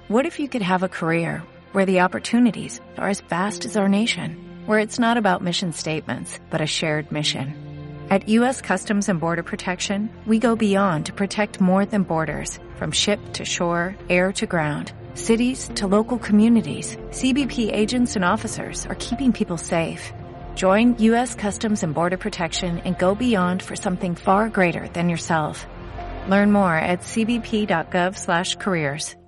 What if you could have a career where the opportunities are as vast as our nation, where it's not about mission statements, but a shared mission? At U.S. Customs and Border Protection, we go beyond to protect more than borders, from ship to shore, air to ground, cities to local communities. CBP agents and officers are keeping people safe. Join U.S. Customs and Border Protection and go beyond for something far greater than yourself. Learn more at cbp.gov/careers.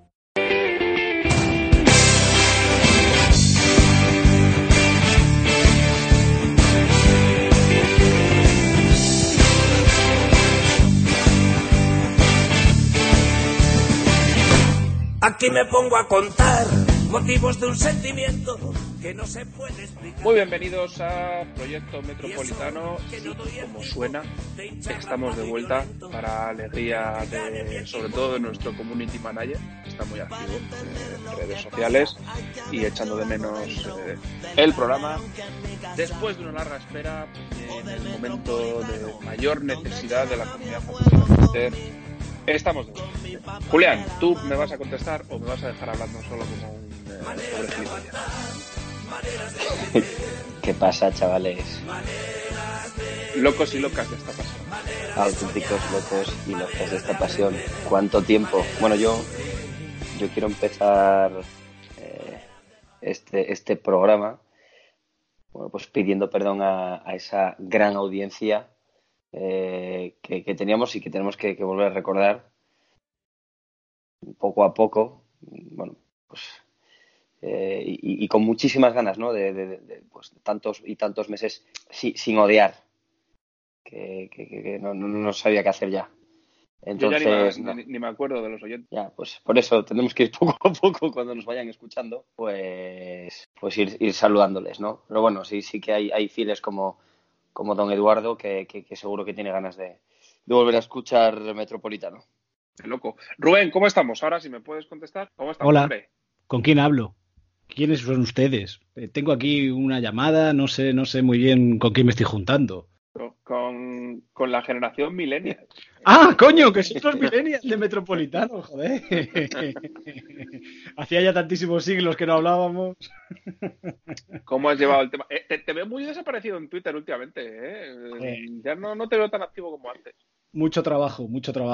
Aquí me pongo a contar motivos de un sentimiento que no se puede explicar. Muy bienvenidos a Proyecto Metropolitano. Como suena, estamos de vuelta para alegría sobre todo de nuestro community manager, que está muy activo en redes sociales y echando de menos el programa. Después de una larga espera, en el momento de mayor necesidad de la comunidad Twitter, estamos de vuelta. Julián, ¿tú me vas a contestar o me vas a dejar hablando solo como un pobre gilipollas? ¿Qué pasa, chavales? Locos y locas de esta pasión. Auténticos locos y locas de esta pasión. ¿Cuánto tiempo? Bueno, yo quiero empezar este programa, bueno, pues pidiendo perdón a esa gran audiencia que teníamos y que tenemos que volver a recordar poco a poco, bueno, pues y con muchísimas ganas, ¿no? De pues tantos y tantos meses sin odiar, que no sabía qué hacer ya. Entonces yo ya ni me acuerdo de los oyentes. Ya, pues por eso tenemos que ir poco a poco cuando nos vayan escuchando, pues ir saludándoles, ¿no? Pero bueno, sí que hay fieles como don Eduardo que seguro que tiene ganas de volver a escuchar Metropolitano. Qué loco. Rubén, ¿cómo estamos? Ahora, si me puedes contestar. ¿Cómo estamos? Hola. Hombre? ¿Con quién hablo? ¿Quiénes son ustedes? Tengo aquí una llamada, no sé muy bien con quién me estoy juntando. Con la generación millennial. ¡Ah, coño! Que sois los millennials de Metropolitano, joder. Hacía ya tantísimos siglos que no hablábamos. ¿Cómo has llevado el tema? Te veo muy desaparecido en Twitter últimamente, ¿eh? Ya no te veo tan activo como antes. Mucho trabajo.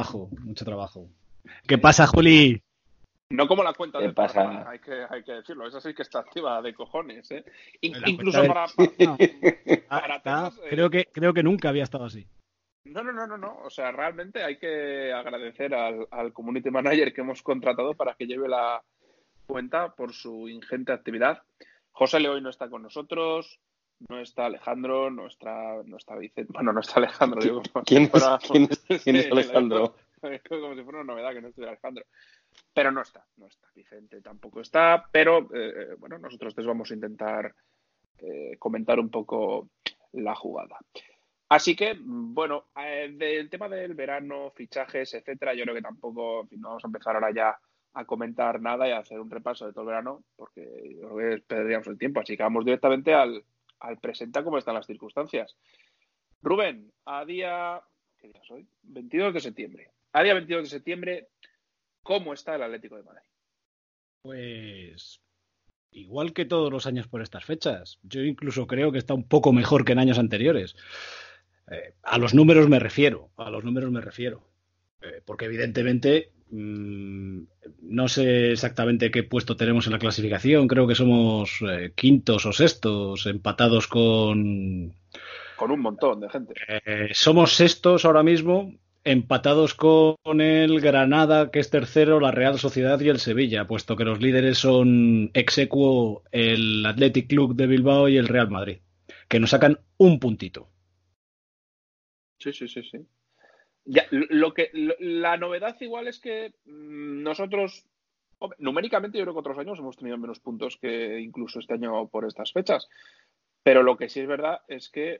¿Qué pasa, Juli? No como la cuenta del pasa? programa, hay que decirlo. Esa sí que está activa de cojones, ¿eh? Incluso cuenta para temas, creo que nunca había estado así. No. O sea, realmente hay que agradecer al community manager que hemos contratado para que lleve la cuenta por su ingente actividad. José Leoy no está con nosotros, no está Alejandro, no está Vicente. Bueno, no está Alejandro, digo. ¿Quién es Alejandro? Como si fuera una novedad que no estuviera Alejandro. Pero no está. Vicente tampoco está, pero bueno, nosotros les vamos a intentar comentar un poco la jugada. Así que, bueno, del tema del verano, fichajes, etcétera, yo creo que tampoco, en fin, no vamos a empezar ahora ya a comentar nada y a hacer un repaso de todo el verano, porque yo creo que perderíamos el tiempo. Así que vamos directamente al presente, a cómo están las circunstancias. Rubén, ¿qué día es hoy? 22 de septiembre. A día 22 de septiembre, ¿cómo está el Atlético de Madrid? Pues igual que todos los años por estas fechas. Yo incluso creo que está un poco mejor que en años anteriores. A los números me refiero. Porque evidentemente no sé exactamente qué puesto tenemos en la clasificación. Creo que somos quintos o sextos, empatados con un montón de gente. Somos sextos ahora mismo, empatados con el Granada, que es tercero, la Real Sociedad y el Sevilla, puesto que los líderes son ex aequo el Athletic Club de Bilbao y el Real Madrid, que nos sacan un puntito. Sí. Ya, la novedad igual es que nosotros, numéricamente yo creo que otros años hemos tenido menos puntos que incluso este año por estas fechas, pero lo que sí es verdad es que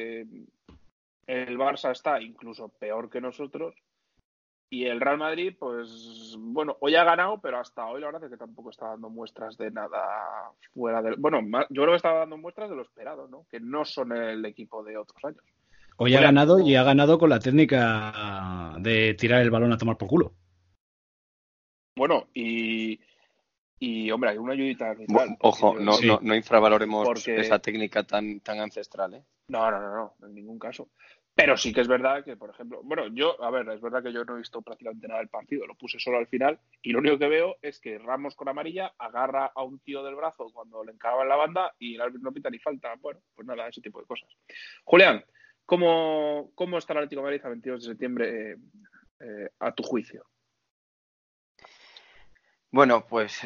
el Barça está incluso peor que nosotros y el Real Madrid, pues bueno, hoy ha ganado, pero hasta hoy la verdad es que tampoco está dando muestras de nada fuera del... Bueno, yo creo que está dando muestras de lo esperado, ¿no? Que no son el equipo de otros años. Hoy ha ganado y ha ganado con la técnica de tirar el balón a tomar por culo. Bueno, y Y, hombre, hay una ayudita arbitral. Ojo, Sí. no infravaloremos Porque- esa técnica tan ancestral, ¿eh? No, en ningún caso. Pero sí que es verdad que, por ejemplo, bueno, es verdad que yo no he visto prácticamente nada del partido, lo puse solo al final y lo único que veo es que Ramos con amarilla agarra a un tío del brazo cuando le encaraba en la banda y el árbitro no pita ni falta. Bueno, pues nada, ese tipo de cosas. Julián, ¿cómo está el Atlético de Madrid a 22 de septiembre a tu juicio? Bueno, pues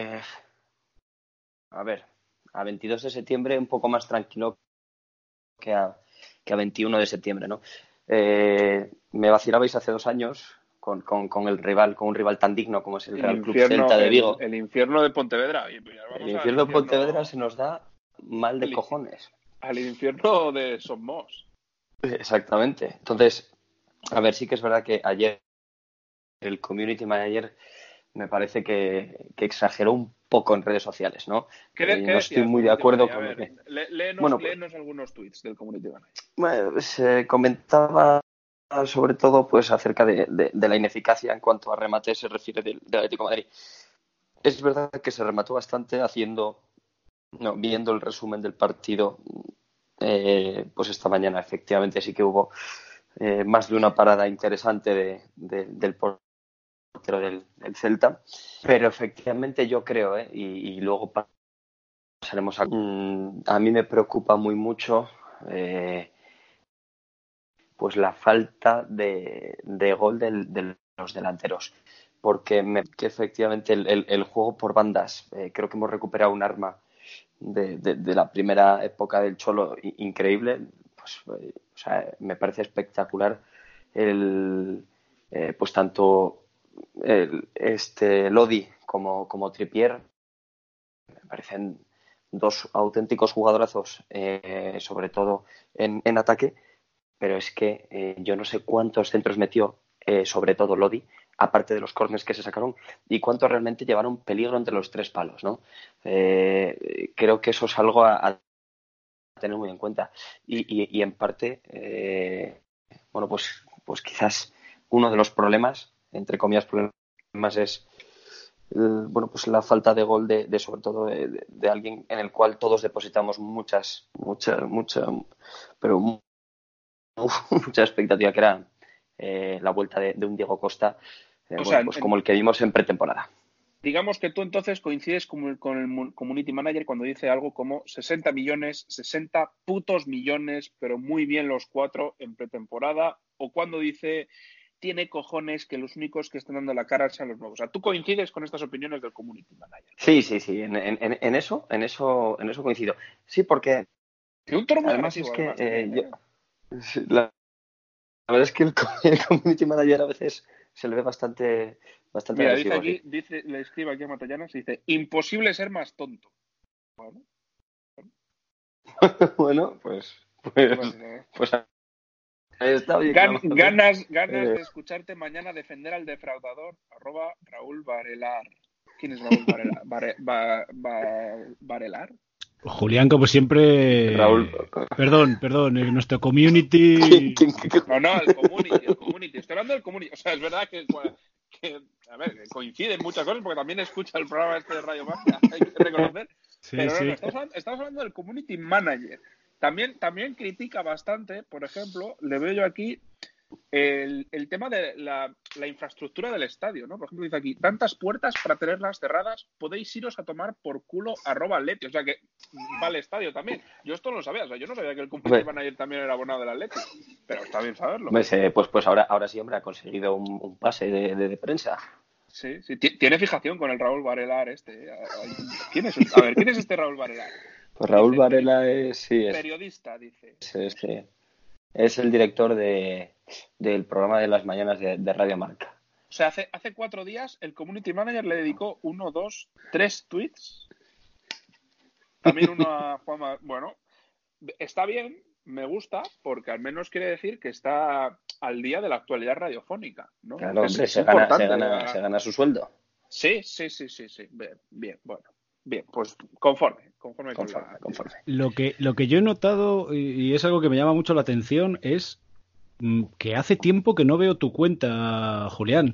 a ver, a 22 de septiembre un poco más tranquilo que a 21 de septiembre, ¿no? Me vacilabais hace 2 años con el rival, con un rival tan digno como es el Real Club Celta de Vigo. El infierno de Pontevedra. El infierno de Pontevedra se nos da mal de cojones. Al infierno de Somos. Exactamente. Entonces, a ver, sí que es verdad que ayer el community manager me parece que exageró un poco en redes sociales, ¿no? No estoy muy de acuerdo con lo que... Léenos algunos tweets del community manager. Bueno, se comentaba sobre todo pues acerca de la ineficacia en cuanto a remate se refiere del Atlético de Madrid. Es verdad que se remató bastante viendo el resumen del partido, pues esta mañana efectivamente sí que hubo más de una parada interesante del portero del Celta, pero efectivamente yo creo, y luego pasaremos a mí me preocupa mucho pues la falta de gol de los delanteros, porque que efectivamente el juego por bandas, creo que hemos recuperado un arma de la primera época del Cholo increíble, pues o sea, me parece espectacular pues tanto Lodi como Trippier me parecen 2 auténticos jugadorazos, sobre todo en ataque, pero es que yo no sé cuántos centros metió, sobre todo Lodi, aparte de los córners que se sacaron, y cuántos realmente llevaron peligro entre los 3 palos, ¿no? Creo que eso es algo a tener muy en cuenta. Y en parte, bueno, pues quizás uno de los problemas, entre comillas problemas, es bueno, pues la falta de gol de sobre todo de alguien en el cual todos depositamos mucha expectativa, que era la vuelta de un Diego Costa, pues como el que vimos en pretemporada. Digamos que tú entonces coincides con el community manager cuando dice algo como 60 millones, 60 putos millones, pero muy bien los 4 en pretemporada, o cuando dice tiene cojones que los únicos que están dando la cara sean los nuevos. O sea, tú coincides con estas opiniones del community manager. Sí, en eso coincido. Sí, porque además es que la verdad es que el community manager a veces se le ve bastante Mira, agresivo. le escribe aquí a Matallanas y dice, imposible ser más tonto. Bueno, pues ahí está. Oye, ganas de escucharte mañana defender al defraudador, @Raúl Varelar. ¿Quién es Raúl Varelar? Julián, como siempre. Raúl. Perdón, nuestro community. No, el community. Estoy hablando del community. O sea, es verdad que a ver, que coinciden muchas cosas porque también escucha el programa este de Radio Magia, hay que reconocer. Sí, pero sí. Estamos hablando del community manager. También critica bastante, por ejemplo, le veo yo aquí el tema de la infraestructura del estadio, ¿no? Por ejemplo, dice aquí, tantas puertas para tenerlas cerradas, podéis iros a tomar por culo @Atleti. O sea que va al estadio también. Yo esto no lo sabía, o sea, yo no sabía que el community manager también era abonado del Atleti, pero está bien saberlo. Pues ahora sí, hombre, ha conseguido un pase de prensa. Sí, tiene fijación con el Raúl Varelar este. ¿Quién es este Raúl Varelar? Pues Raúl Varela es periodista, dice. Es el director del programa de las mañanas de Radio Marca. O sea, hace 4 días el community manager le dedicó 1, 2, 3 tweets. También uno a Juanma. Bueno, está bien, me gusta, porque al menos quiere decir que está al día de la actualidad radiofónica, ¿no? Claro, hombre, se gana su sueldo. Sí. Bien, bueno. Bien, pues conforme. Lo que yo he notado, y es algo que me llama mucho la atención, es que hace tiempo que no veo tu cuenta, Julián.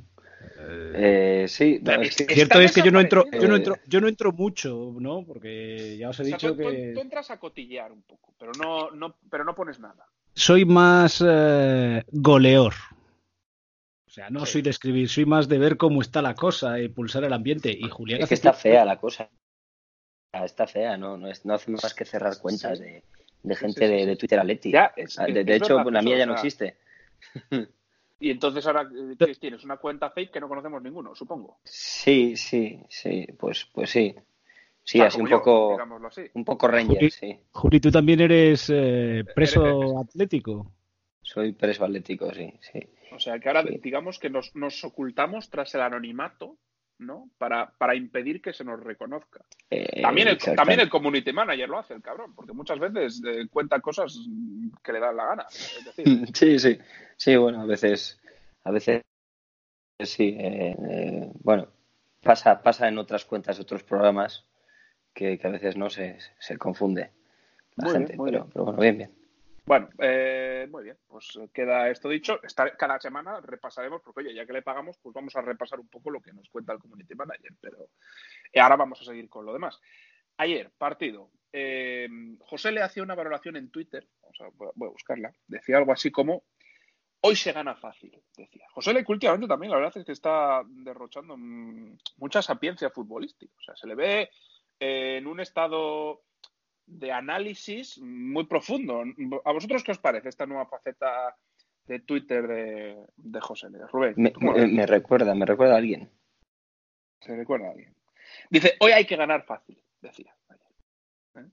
Sí, no, es que Cierto es que yo no desapareciendo. entro mucho, ¿no? Porque ya os he O sea, dicho tú que entras a cotillear un poco, pero no pones nada. soy más goleor. O sea, no Sí. soy de escribir, soy más de ver cómo está la cosa y pulsar el ambiente. Y Julián es que hace está Twitter. fea la cosa. Está fea, no hace más que cerrar cuentas Sí, de sí, sí, gente sí, de sí. Twitter Atleti. Ya, De es hecho, verdad la eso, mía o ya no sea, existe. y entonces ahora, ¿qué tienes? Una cuenta fake que no conocemos ninguno, supongo. Sí, pues sí. O Sí, sea, así como yo, digámoslo así. un poco Ranger, Juli, sí. Juli, tú también eres Eres- preso atlético. Soy preso atlético, sí, sí, O sea, que ahora sí. digamos que nos ocultamos tras el anonimato, ¿no? Para impedir que se nos reconozca. También el Exactamente. community manager lo hace, el cabrón, porque muchas veces cuenta cosas que le dan la gana. Es decir, Sí, sí. Sí, bueno, a veces sí. Bueno, pasa en otras cuentas de otros programas que a veces no se confunde la muy bien, gente, muy bien. pero bueno, bien, bien. Bueno, muy bien, pues queda esto dicho. Cada semana repasaremos, porque oye, ya que le pagamos, pues vamos a repasar un poco lo que nos cuenta el community manager, pero ahora vamos a seguir con lo demás. Ayer, partido. José le hacía una valoración en Twitter, voy a buscarla, decía algo así como, hoy se gana fácil, decía. José le últimamente también, la verdad es que está derrochando mucha sapiencia futbolística, o sea, se le ve en un estado de análisis muy profundo. ¿A vosotros qué os parece esta nueva faceta de Twitter de José L? Rubén, ¿tú cómo lo ves? Me recuerda a alguien. ¿Se recuerda a alguien? Dice, hoy hay que ganar fácil, decía. ¿Eh?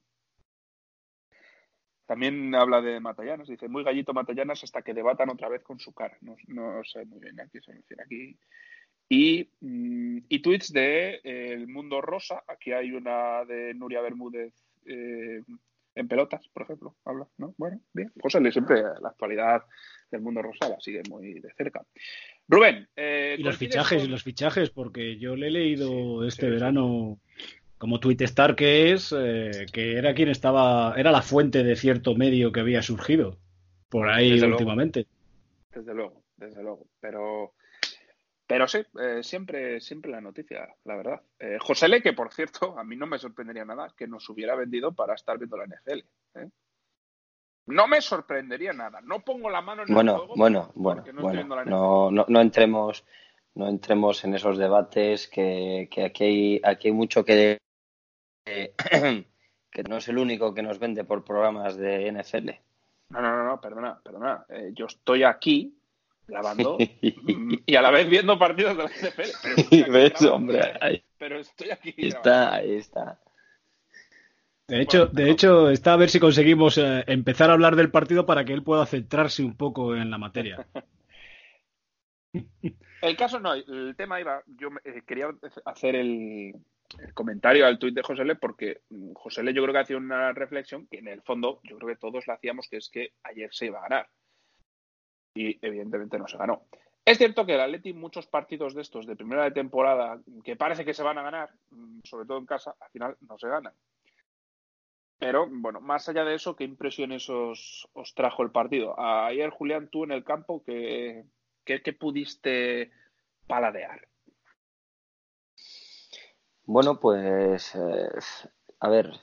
También habla de Matallanas, dice, muy gallito Matallanas hasta que debatan otra vez con su cara. No sé muy bien a qué se refiere aquí. Y tweets de El Mundo Rosa, aquí hay una de Nuria Bermúdez en pelotas, por ejemplo, habla, ¿no? Bueno, bien, José le siempre la actualidad del Mundo Rosa la sigue muy de cerca. Rubén, Y ¿coincides con...? los fichajes, porque yo le he Sí, leído este sí, sí, sí. verano como Twitestar que es, que era quien estaba, era la fuente de cierto medio que había surgido por ahí Desde luego, últimamente. desde luego, desde luego. Pero sí, siempre la noticia, la verdad. José Le, que por cierto, a mí no me sorprendería nada que nos hubiera vendido para estar viendo la NFL. ¿Eh? No me sorprendería nada. No pongo la mano en el Bueno, fuego bueno, bueno, porque no estoy bueno. viendo la NFL. No entremos en esos debates que aquí hay mucho que no es el único que nos vende por programas de NFL. No, perdona. Yo estoy aquí grabando y a la vez viendo partidos de la NFL. Pero estoy aquí ¿Ves, grabando, hombre? ¿eh? Ahí Pero estoy aquí grabando, está, ¿eh? ahí está. De Bueno, de perdón. hecho, está a ver si conseguimos empezar a hablar del partido para que él pueda centrarse un poco en la materia. El caso no, el tema iba, yo quería hacer el comentario al tuit de José Le porque José Le yo creo que hacía una reflexión que en el fondo yo creo que todos la hacíamos, que es que ayer se iba a ganar y evidentemente no se ganó. Es cierto que el Atleti muchos partidos de estos de primera de temporada que parece que se van a ganar, sobre todo en casa, al final no se ganan. Pero bueno, más allá de eso, ¿qué impresiones os trajo el partido? Ayer, Julián, tú en el campo, ¿qué pudiste paladear? Bueno, pues, a ver,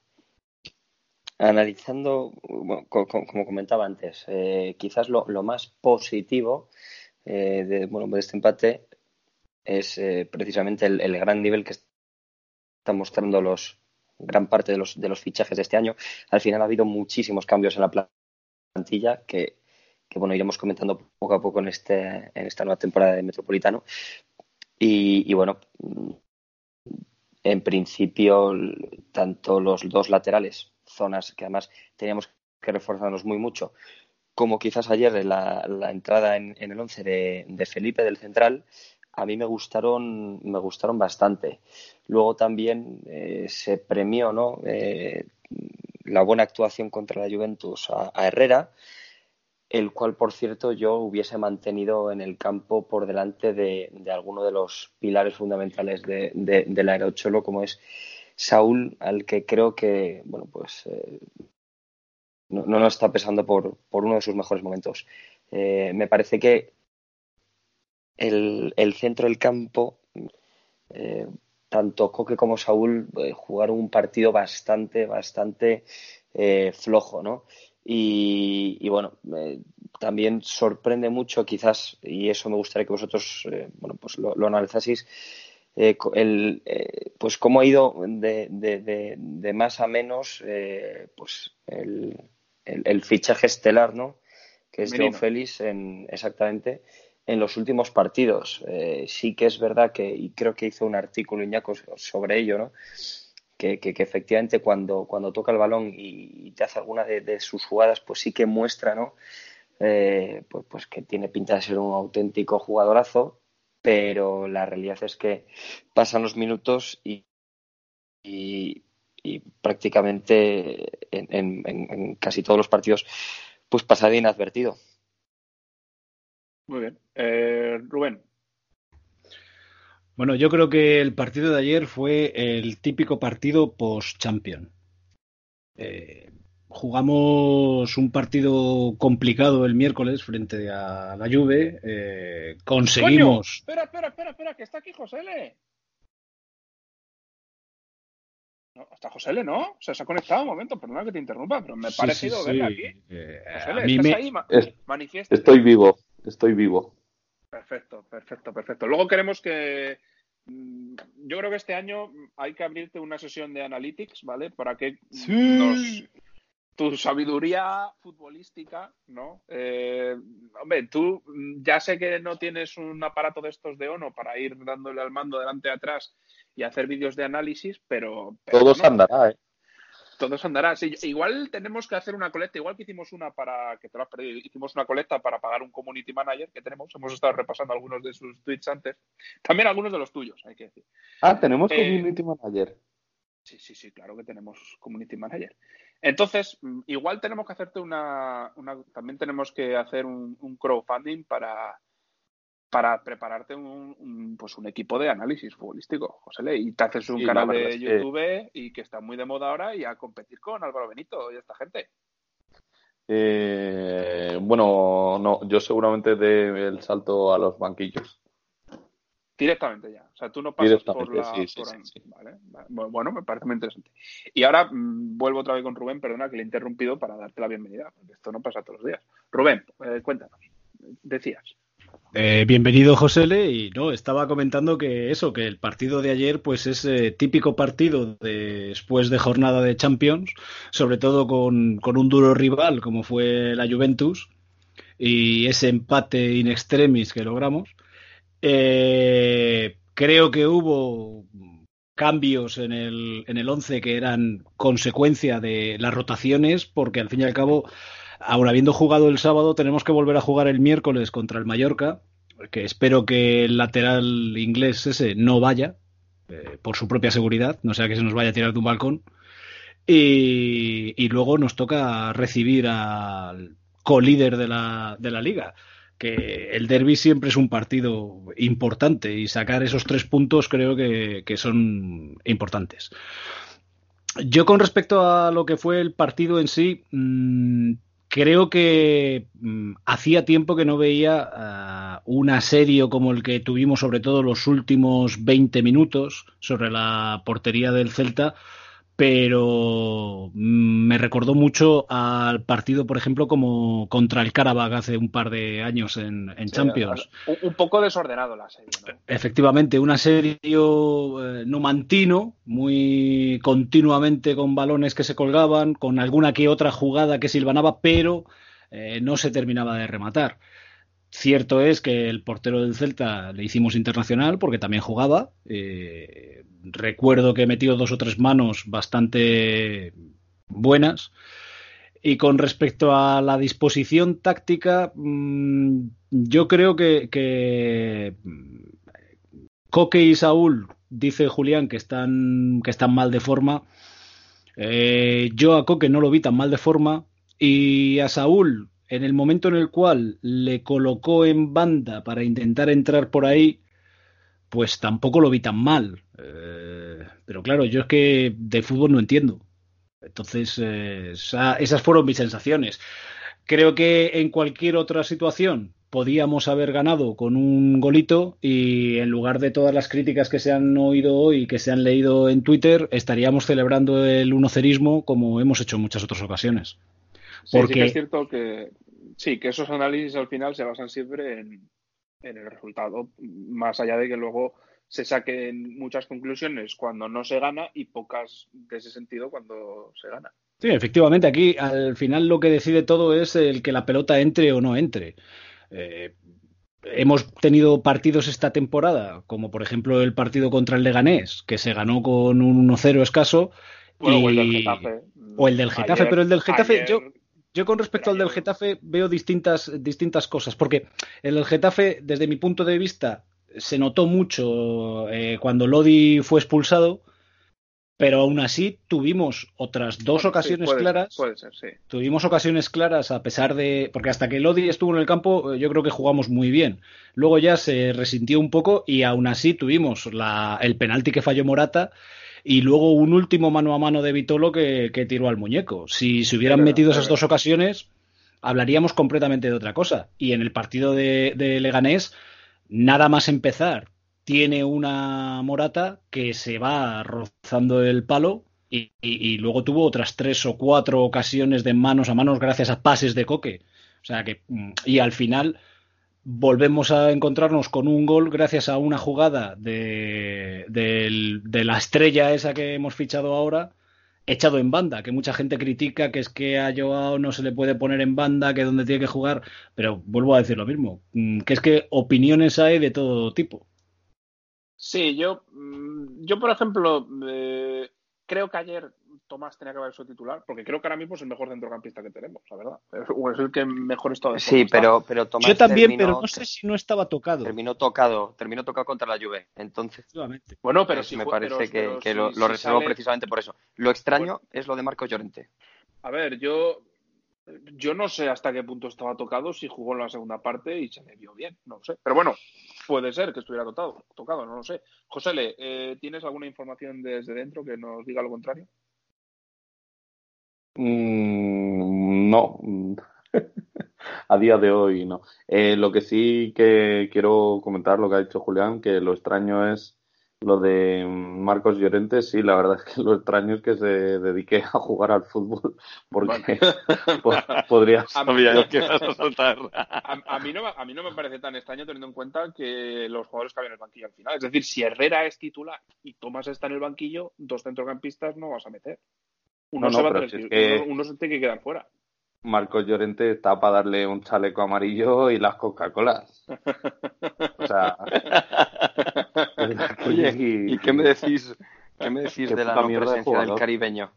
analizando, bueno, como comentaba antes, quizás lo más positivo de este empate es precisamente el gran nivel que están mostrando gran parte de los fichajes de este año. Al final ha habido muchísimos cambios en la plantilla que bueno, iremos comentando poco a poco en esta nueva temporada de Metropolitano. Y bueno, en principio, tanto los dos laterales, zonas que además teníamos que reforzarnos muy mucho, como quizás ayer la entrada en el 11 de Felipe del central, a mí me gustaron bastante. Luego también se premió, ¿no? La buena actuación contra la Juventus a Herrera, el cual, por cierto, yo hubiese mantenido en el campo por delante de alguno de los pilares fundamentales de la era Cholo, como es Saúl, al que creo que, bueno, pues no nos está pesando por uno de sus mejores momentos. Me parece que el centro del campo, tanto Coque como Saúl jugaron un partido bastante flojo, ¿no? Y bueno, también sorprende mucho quizás, y eso me gustaría que vosotros pues lo analizaseis, pues cómo ha ido de más a menos pues el fichaje estelar, ¿no? Que es Joao Félix exactamente en los últimos partidos. Sí que es verdad y creo que hizo un artículo Iñaco sobre ello, ¿no? Que efectivamente cuando toca el balón y te hace alguna de sus jugadas, pues sí que muestra, ¿no? Pues que tiene pinta de ser un auténtico jugadorazo, pero la realidad es que pasan los minutos y prácticamente en casi todos los partidos pues pasa de inadvertido. Muy bien. Rubén. Bueno, yo creo que el partido de ayer fue el típico partido post-champion. Jugamos un partido complicado el miércoles frente a la Juve. Conseguimos... ¡Coño! Espera, que está aquí José L. No, está José L, ¿no? O sea, se ha conectado un momento, perdona que te interrumpa, pero me ha parecido verle aquí. José L, ¿estás ahí? Manifiéstate. Estoy vivo. Perfecto. Luego queremos que... Yo creo que este año hay que abrirte una sesión de analytics, ¿vale? Para que tu sabiduría futbolística, ¿no? Hombre, tú ya sé que no tienes un aparato de estos de ONO para ir dándole al mando delante y atrás y hacer vídeos de análisis, pero todo se andará, ¿eh? Todo se andará. Sí, igual tenemos que hacer una colecta, igual que hicimos una que te lo has perdido, hicimos una colecta para pagar un community manager que tenemos. Hemos estado repasando algunos de sus tweets antes. También algunos de los tuyos, hay que decir. Tenemos community manager. Sí, claro que tenemos community manager. Entonces, igual tenemos que hacerte también tenemos que hacer un crowdfunding para prepararte un equipo de análisis futbolístico, José. Y te haces un canal de YouTube y que está muy de moda ahora y a competir con Álvaro Benito y esta gente. Bueno, no, yo seguramente dé el salto a los banquillos. Directamente ya. O sea, tú no pasas por la... Sí. ¿Vale? Bueno, me parece muy interesante. Y ahora vuelvo otra vez con Rubén, perdona que le he interrumpido para darte la bienvenida, porque esto no pasa todos los días. Rubén, cuéntanos. Decías. Bienvenido, Josele, y no, estaba comentando que el partido de ayer pues es típico partido después de jornada de Champions, sobre todo con un duro rival como fue la Juventus y ese empate in extremis que logramos. Creo que hubo cambios en el 11 que eran consecuencia de las rotaciones, porque al fin y al cabo, aun habiendo jugado el sábado, tenemos que volver a jugar el miércoles contra el Mallorca, que espero que el lateral inglés ese no vaya, por su propia seguridad, no sea que se nos vaya a tirar de un balcón, y luego nos toca recibir al colíder de la liga, que el derbi siempre es un partido importante y sacar esos 3 puntos creo que son importantes. Yo con respecto a lo que fue el partido en sí, creo que hacía tiempo que no veía un asedio como el que tuvimos, sobre todo los últimos 20 minutos sobre la portería del Celta, pero me recordó mucho al partido, por ejemplo, como contra el Karabakh hace un par de años en Champions. Un poco desordenado la serie, ¿no? Efectivamente, un asedio numantino, muy continuamente con balones que se colgaban, con alguna que otra jugada que silvanaba, pero no se terminaba de rematar. Cierto es que el portero del Celta le hicimos internacional porque también jugaba. Recuerdo que metió 2 o 3 manos bastante buenas. Y con respecto a la disposición táctica, yo creo que Coque y Saúl, dice Julián, que están mal de forma. Yo a Coque no lo vi tan mal de forma. Y a Saúl, en el momento en el cual le colocó en banda para intentar entrar por ahí, pues tampoco lo vi tan mal. Pero claro, yo es que de fútbol no entiendo. Entonces, esas fueron mis sensaciones. Creo que en cualquier otra situación podíamos haber ganado con un golito y en lugar de todas las críticas que se han oído hoy y que se han leído en Twitter, estaríamos celebrando el 1-0ismo como hemos hecho en muchas otras ocasiones. Sí, Porque... sí que es cierto que sí, que esos análisis al final se basan siempre en el resultado, más allá de que luego se saquen muchas conclusiones cuando no se gana y pocas de ese sentido cuando se gana. Sí, efectivamente, aquí al final lo que decide todo es el que la pelota entre o no entre. Hemos tenido partidos esta temporada, como por ejemplo el partido contra el Leganés, que se ganó con un 1-0 escaso, Bueno, o el del Getafe. o el del Getafe, Ayer, pero el del Getafe, ayer, yo con respecto al del Getafe veo distintas cosas, porque el del Getafe, desde mi punto de vista, se notó mucho cuando Lodi fue expulsado, pero aún así tuvimos otras dos ocasiones claras. Puede ser, sí. Tuvimos ocasiones claras a pesar de... Porque hasta que Lodi estuvo en el campo yo creo que jugamos muy bien. Luego ya se resintió un poco y aún así tuvimos el penalti que falló Morata y luego un último mano a mano de Vitolo que tiró al muñeco. Si se hubieran metido esas dos ocasiones, hablaríamos completamente de otra cosa. Y en el partido de Leganés, nada más empezar, tiene una Morata que se va rozando el palo y luego tuvo otras 3 o 4 ocasiones de manos a manos gracias a pases de Coque. O sea que, y al final volvemos a encontrarnos con un gol gracias a una jugada de la estrella esa que hemos fichado ahora, echado en banda, que mucha gente critica que es que a Joao no se le puede poner en banda, que es donde tiene que jugar, pero vuelvo a decir lo mismo, que es que opiniones hay de todo tipo. Sí, yo por ejemplo, creo que ayer Tomás tenía que haber sido titular, porque creo que ahora mismo es el mejor centrocampista que tenemos, la verdad. O es el que mejor estado de forma está. Pero Tomás yo también, pero no sé si no estaba tocado. Terminó tocado contra la Juve, entonces. Bueno, pero me parece que lo reservó precisamente por eso. Lo extraño es lo de Marcos Llorente. A ver, yo no sé hasta qué punto estaba tocado, si jugó en la segunda parte y se le vio bien, no lo sé. Pero bueno, puede ser que estuviera tocado, no lo sé. Josele, ¿tienes alguna información desde dentro que nos diga lo contrario? No. A día de hoy no. Lo que sí que quiero comentar, lo que ha dicho Julián, que lo extraño es lo de Marcos Llorente. Sí, la verdad es que lo extraño es que se dedique a jugar al fútbol, porque podría sabía que ibas a saltar. A mí no me parece tan extraño teniendo en cuenta que los jugadores caben en el banquillo al final. Es decir, si Herrera es titular y Tomás está en el banquillo, 2 centrocampistas no vas a meter. Uno se tiene que quedar fuera. Marcos Llorente está para darle un chaleco amarillo y las Coca-Colas. O sea... Oye, ¿y qué me decís de la no presencia del caribeño?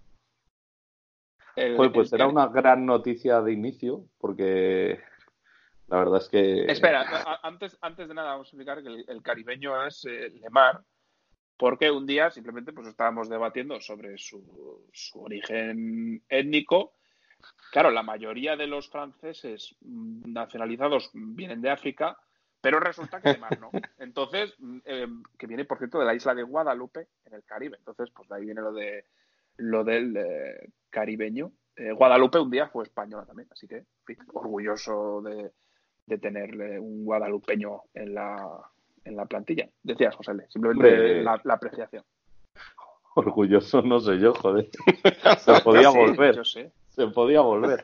Pues era una gran noticia de inicio, porque la verdad es que... Espera, antes de nada vamos a explicar que el caribeño es Lemar, porque un día simplemente pues estábamos debatiendo sobre su origen étnico. Claro, la mayoría de los franceses nacionalizados vienen de África, pero resulta que Lemar no. Entonces, que viene, por cierto, de la isla de Guadalupe, en el Caribe. Entonces, pues de ahí viene lo del caribeño. Guadalupe un día fue española también, así que orgulloso de tener un guadalupeño en la plantilla. Decías, José, simplemente la apreciación. Orgulloso no sé yo, joder. Se podía volver. Yo sé. Se podía volver.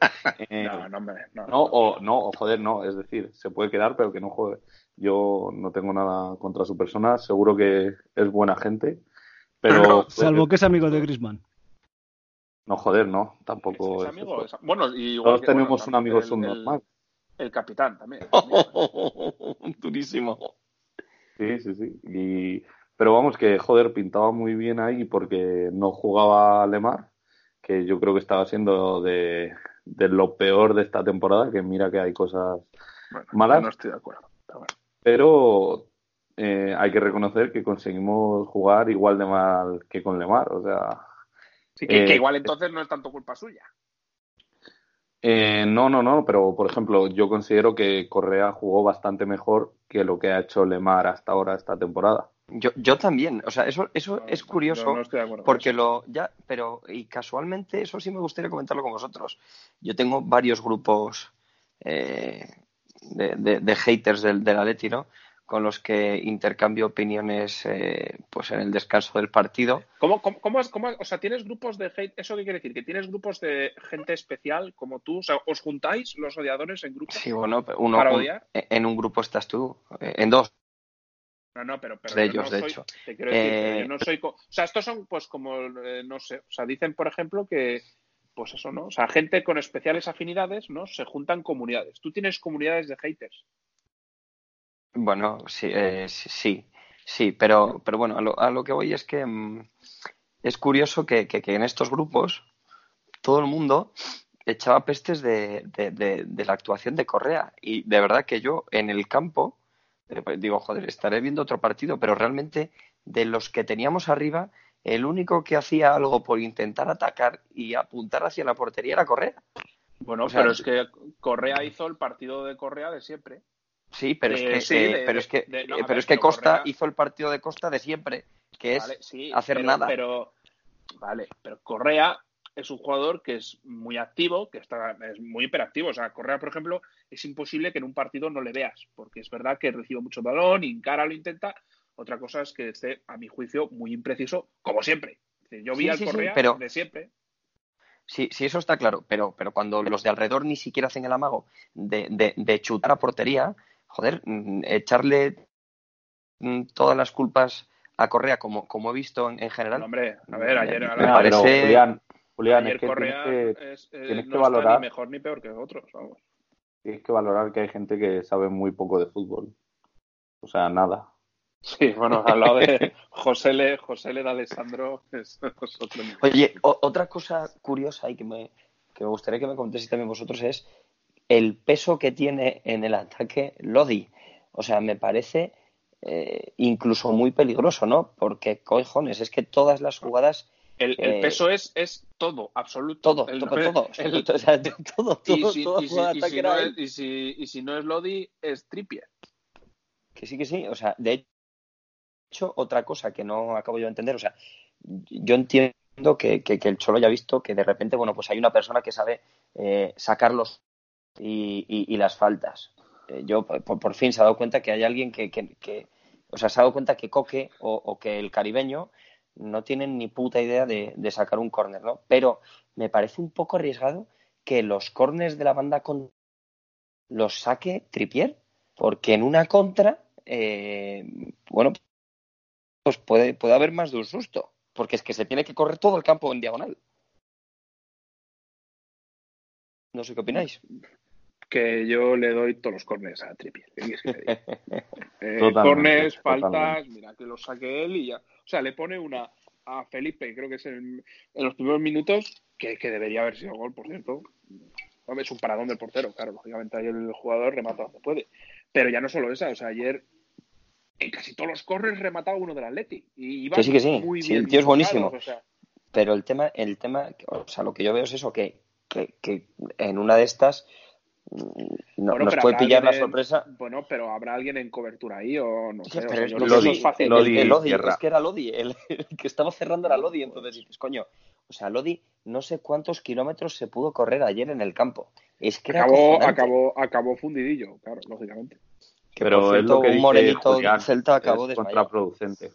No. Es decir, se puede quedar, pero que no juegue. Yo no tengo nada contra su persona. Seguro que es buena gente. Pero salvo que es amigo de Griezmann. No, joder, no. Tampoco es amigo. Bueno, y todos tenemos un amigo subnormal. El capitán también. Durísimo. Sí. Pero vamos, que joder, pintaba muy bien ahí porque no jugaba Lemar, que yo creo que estaba siendo de lo peor de esta temporada, que mira que hay cosas malas. No estoy de acuerdo. Pero hay que reconocer que conseguimos jugar igual de mal que con Lemar, o sea... Sí, que igual entonces no es tanto culpa suya. No, pero por ejemplo, yo considero que Correa jugó bastante mejor que lo que ha hecho Lemar hasta ahora esta temporada. Yo también, o sea, eso es curioso, no estoy de acuerdo porque pero casualmente eso sí me gustaría comentarlo con vosotros. Yo tengo varios grupos de haters del Atleti, ¿no? Con los que intercambio opiniones pues en el descanso del partido. O sea, tienes grupos de hate? ¿Eso qué quiere decir? ¿Que tienes grupos de gente especial como tú? O sea, ¿os juntáis los odiadores en grupos? Sí, bueno, para odiar. En un grupo estás tú, en dos. No, pero De yo ellos, no de soy, hecho. te quiero decir, pero yo no soy... O sea, estos son pues como, no sé, o sea, dicen, por ejemplo, que, pues eso, ¿no? O sea, gente con especiales afinidades, ¿no? Se juntan comunidades. ¿Tú tienes comunidades de haters? Bueno, sí, sí, pero bueno, a lo que voy es que es curioso que en estos grupos todo el mundo echaba pestes de la actuación de Correa. Y de verdad que yo en el campo pues digo, joder, estaré viendo otro partido, pero realmente de los que teníamos arriba, el único que hacía algo por intentar atacar y apuntar hacia la portería era Correa. Bueno, O sea, pero es que Correa hizo el partido de Correa de siempre. sí, pero Pero es que Costa Correa, hizo el partido de Costa de siempre, que vale, es sí, hacer nada. Vale, pero Correa es un jugador que es muy activo, es muy hiperactivo. O sea, Correa, por ejemplo, es imposible que en un partido no le veas, porque es verdad que recibe mucho balón, encara, lo intenta. Otra cosa es que esté, a mi juicio, muy impreciso, como siempre. Es decir, yo vi al Sí, Correa pero de siempre. sí, eso está claro, pero cuando los de alrededor ni siquiera hacen el amago de chutar a portería, joder, echarle todas las culpas a Correa, como he visto en Bueno, general, hombre, a ver, ayer, me Pero parece... Julián, es ayer que Correa tienes que no está ni valorar, mejor ni peor que otros, vamos. tienes que valorar que hay gente que sabe muy poco de fútbol. O sea, nada. Sí, bueno, al lado de José Le de Alessandro es otro nivel. Oye, otra cosa curiosa y que me gustaría que me contéis también vosotros es el peso que tiene en el ataque Lodi. O sea, me parece incluso muy peligroso, ¿no? Porque, cojones, es que todas las jugadas... El peso es todo, absoluto. Todo, todo. O sea, todo, toda jugada de ataque era él. Y si no es Lodi, es Trippier. Que sí. O sea, de hecho, otra cosa que no acabo yo de entender, o sea, yo entiendo que el Cholo ya ha visto que de repente, bueno, pues hay una persona que sabe sacarlos y las faltas. Yo por fin se ha dado cuenta que hay alguien o sea, se ha dado cuenta que Coque o que el caribeño no tienen ni puta idea de sacar un córner, ¿no? Pero me parece un poco arriesgado que los córners de la banda los saque Trippier, porque en una contra, bueno, pues puede haber más de un susto, porque es que se tiene que correr todo el campo en diagonal. No sé qué opináis. Que yo le doy todos los córners a Trippier. Totalmente, Córners, faltas, totalmente. mira, que los saque él y ya. O sea, le pone una a Felipe, creo que es en los primeros minutos, que debería haber sido gol, por cierto. Es un paradón del portero, claro, lógicamente ahí el jugador remata donde puede. Pero ya no solo esa, o sea, ayer en casi todos los corners remataba uno del Atleti. Y iban Que sí. muy Sí, bien el tío es colocados, buenísimo. o sea. Pero el tema, o sea, lo que yo veo es eso, que en una de estas nos puede pillar la sorpresa. Bueno, pero habrá alguien en cobertura ahí o no Sí, sé. pero O sea, yo es creo que eso es fácil. el Lodi, Tierra. es que era Lodi, el que estaba cerrando era Lodi, entonces dices, coño, o sea, Lodi no sé cuántos kilómetros se pudo correr ayer en el campo. Es que era acojonante. Acabó fundidillo, claro, lógicamente. Que Pero por cierto, es lo que un dice morenito Julián, celta acabó es desmayado. contraproducente.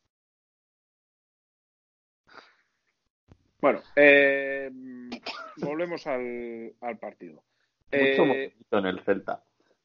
Bueno, volvemos al partido. Mucho morenito en el Celta.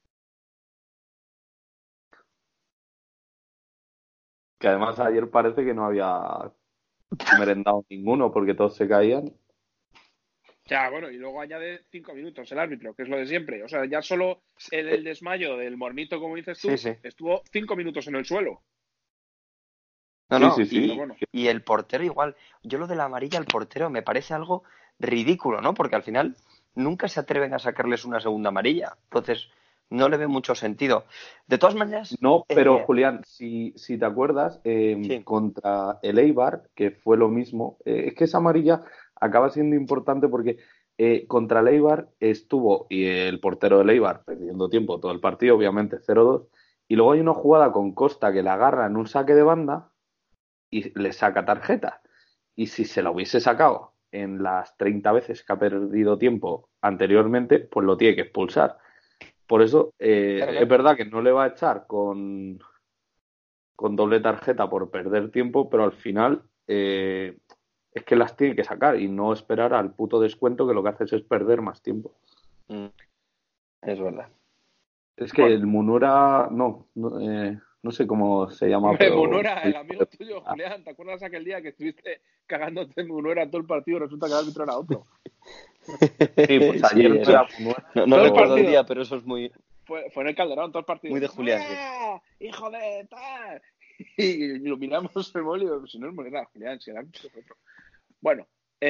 Que además ayer parece que no había merendado ninguno porque todos se caían. Ya, bueno, y luego añade 5 minutos el árbitro, que es lo de siempre. O sea, ya solo el desmayo del mornito, como dices tú, Sí. estuvo 5 minutos en el suelo. No, Sí. Pero bueno. y el portero igual. Yo lo de la amarilla al portero me parece algo ridículo, ¿no? Porque al final nunca se atreven a sacarles una segunda amarilla. Entonces, no le ve mucho sentido. De todas maneras... No, pero Julián, si te acuerdas, sí. contra el Eibar, que fue lo mismo, es que esa amarilla acaba siendo importante porque contra el Eibar estuvo y el portero del Eibar perdiendo tiempo todo el partido, obviamente 0-2, y luego hay una jugada con Costa que la agarra en un saque de banda y le saca tarjeta. Y si se la hubiese sacado en las 30 veces que ha perdido tiempo anteriormente, pues lo tiene que expulsar. Por eso es verdad que no le va a echar con doble tarjeta por perder tiempo, pero al final es que las tiene que sacar y no esperar al puto descuento, que lo que haces es perder más tiempo. Es verdad. Es que el Munura, no sé cómo se llama, Hombre, pero... Munura, el amigo tuyo, Julián, ¿te acuerdas aquel día que estuviste cagándote en Munura todo el partido y resulta que el árbitro era otro? Sí, pues ayer no era Munura. No recuerdo el día, pero eso es muy... Fue en el Calderón, todo el partido. Muy de Julián, sí. ¡Hijo de tal! Y lo miramos el móvil y digo, si no es Munura, Julián, si el árbitro es otro. Bueno,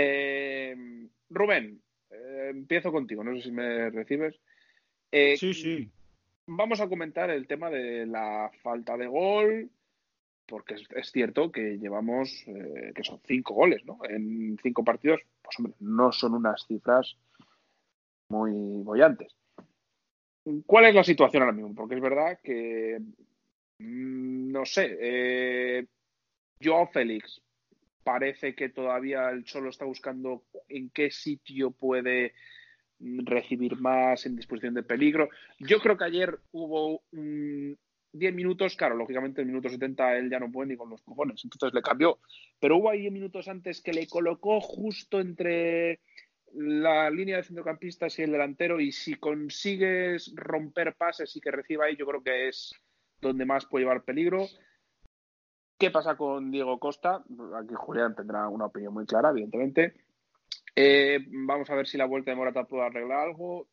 Rubén, empiezo contigo, no sé si me recibes. Sí. Vamos a comentar el tema de la falta de gol, porque es cierto que llevamos, que son 5 goles, ¿no? En 5 partidos, pues hombre, no son unas cifras muy bollantes. ¿Cuál es la situación ahora mismo? Porque es verdad que, no sé, Joao Félix parece que todavía el Cholo está buscando en qué sitio puede recibir más en disposición de peligro. Yo creo que ayer hubo 10 minutos, claro, lógicamente el minuto 70 él ya no puede ni con los cojones, entonces le cambió, pero hubo ahí 10 minutos antes que le colocó justo entre la línea de centrocampistas y el delantero, y si consigues romper pases y que reciba ahí, yo creo que es donde más puede llevar peligro. ¿Qué pasa con Diego Costa? Aquí Julián tendrá una opinión muy clara, evidentemente. Vamos a ver si la vuelta de Morata puede arreglar algo.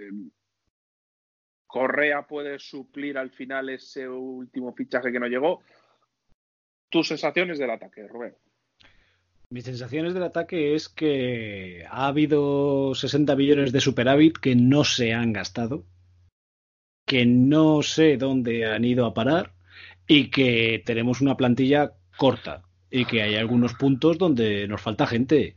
Correa puede suplir al final ese último fichaje que no llegó. ¿Tus sensaciones del ataque, Rubén? Mis sensaciones del ataque es que ha habido 60 millones de superávit que no se han gastado, que no sé dónde han ido a parar y que tenemos una plantilla corta y que hay algunos puntos donde nos falta gente,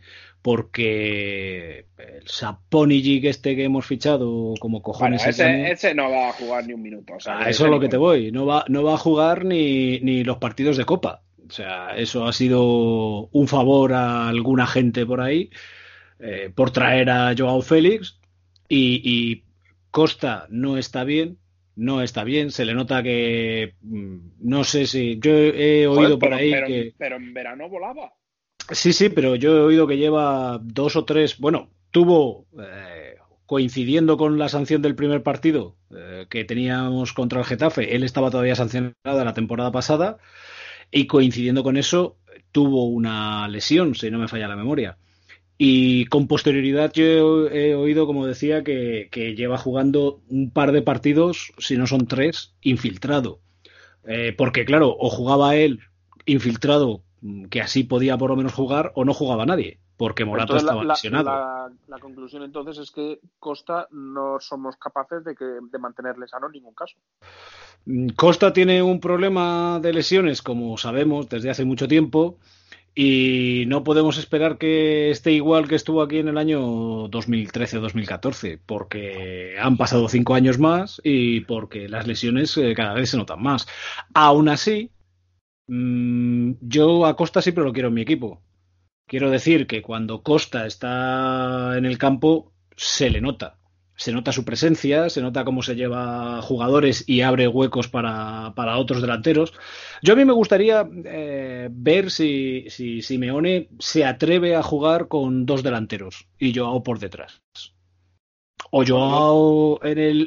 porque el Saponigi que hemos fichado como cojones. Bueno, ese no va a jugar ni un minuto. O sea, eso es lo que te voy. No va a jugar ni los partidos de Copa. O sea, eso ha sido un favor a alguna gente por ahí por traer a Joao Félix y Costa no está bien. No está bien, se le nota que no sé si yo he oído por ahí que... Pero en verano volaba. Sí, pero yo he oído que lleva 2 o 3, bueno, tuvo coincidiendo con la sanción del primer partido que teníamos contra el Getafe, él estaba todavía sancionado la temporada pasada y coincidiendo con eso tuvo una lesión, si no me falla la memoria. Y con posterioridad yo he oído, como decía, que lleva jugando un par de partidos, si no son 3, infiltrado. Porque claro, o jugaba él infiltrado, que así podía por lo menos jugar, o no jugaba nadie, porque Morata estaba lesionado. La conclusión entonces es que Costa no somos capaces de mantenerle sano en ningún caso. Costa tiene un problema de lesiones, como sabemos, desde hace mucho tiempo. Y no podemos esperar que esté igual que estuvo aquí en el año 2013 o 2014, porque han pasado 5 años más y porque las lesiones cada vez se notan más. Aún así, yo a Costa siempre lo quiero en mi equipo. Quiero decir que cuando Costa está en el campo, se le nota. Se nota su presencia, se nota cómo se lleva jugadores y abre huecos para otros delanteros. Yo a mí me gustaría ver si Simeone se atreve a jugar con 2 delanteros y Joao por detrás. O Joao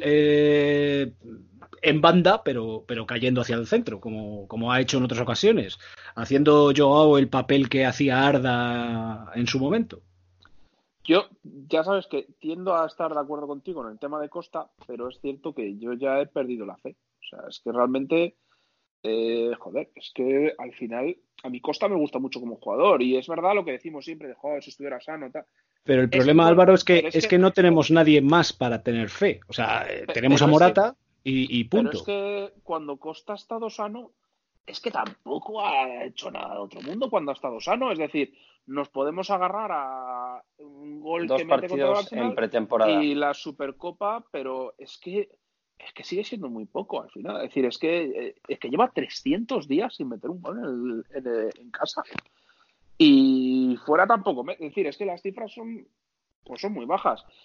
en banda, pero cayendo hacia el centro, como ha hecho en otras ocasiones, haciendo Joao el papel que hacía Arda en su momento. Yo, ya sabes que tiendo a estar de acuerdo contigo en el tema de Costa, pero es cierto que yo ya he perdido la fe. O sea, es que realmente, es que al final a mi Costa me gusta mucho como jugador y es verdad lo que decimos siempre de, joder, si estuviera sano, tal. Pero el problema, Álvaro, es que no tenemos nadie más para tener fe. O sea, tenemos a Morata y punto. Pero es que cuando Costa ha estado sano, es que tampoco ha hecho nada de otro mundo cuando ha estado sano. Es decir, nos podemos agarrar a un gol 2 que mete contra el partidos Arsenal en pretemporada y la Supercopa, pero es que sigue siendo muy poco al final. Es decir, es que lleva 300 días sin meter un gol en casa. Y fuera tampoco. Es decir, es que las cifras son muy bajas.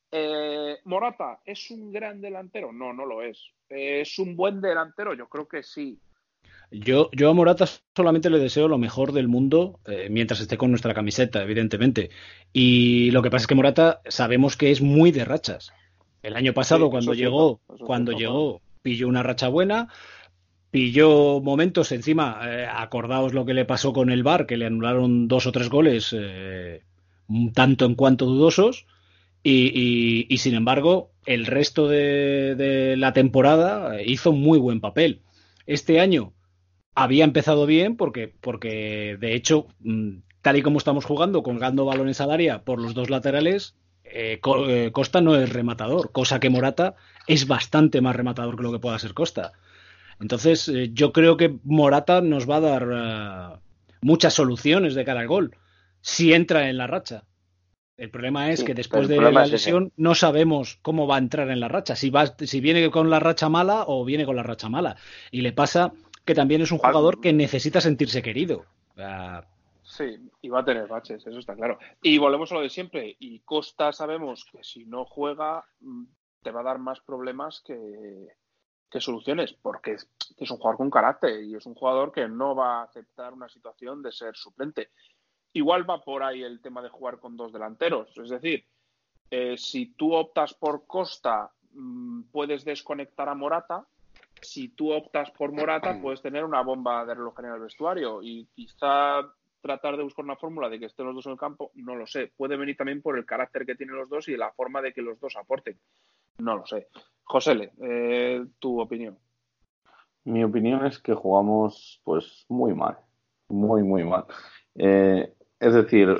¿Morata es un gran delantero? No, no lo es. ¿Es un buen delantero? Yo creo que sí. Yo a Morata solamente le deseo lo mejor del mundo mientras esté con nuestra camiseta, evidentemente. Y lo que pasa es que Morata sabemos que es muy de rachas. El año Sí, pasado, eso es cierto. Eso es cuando cierto, Juan. llegó, pilló una racha buena, pilló momentos encima. Acordaos lo que le pasó con el VAR, que le anularon 2 o 3 goles, un tanto en cuanto dudosos. Y, sin embargo, el resto de la temporada hizo muy buen papel. Este año había empezado bien porque de hecho, tal y como estamos jugando, colgando balones al área por los dos laterales, Costa no es rematador, cosa que Morata es bastante más rematador que lo que pueda ser Costa. Entonces, yo creo que Morata nos va a dar muchas soluciones de cara al gol si entra en la racha. El problema es Sí, que pero después el de problema la es ese. lesión no sabemos cómo va a entrar en la racha, si viene con la racha mala o viene con la racha mala. Y le pasa que también es un jugador que necesita sentirse querido. Sí, y va a tener baches, eso está claro. Y volvemos a lo de siempre. Y Costa sabemos que si no juega te va a dar más problemas que soluciones, porque es un jugador con carácter y es un jugador que no va a aceptar una situación de ser suplente. Igual va por ahí el tema de jugar con dos delanteros. Es decir, si tú optas por Costa, puedes desconectar a Morata. Si tú optas por Morata, puedes tener una bomba de reloj en el vestuario y quizá tratar de buscar una fórmula de que estén los dos en el campo, no lo sé. Puede venir también por el carácter que tienen los dos y la forma de que los dos aporten. No lo sé. Josele, tu opinión. Mi opinión es que jugamos pues muy mal, muy, muy mal. Es decir,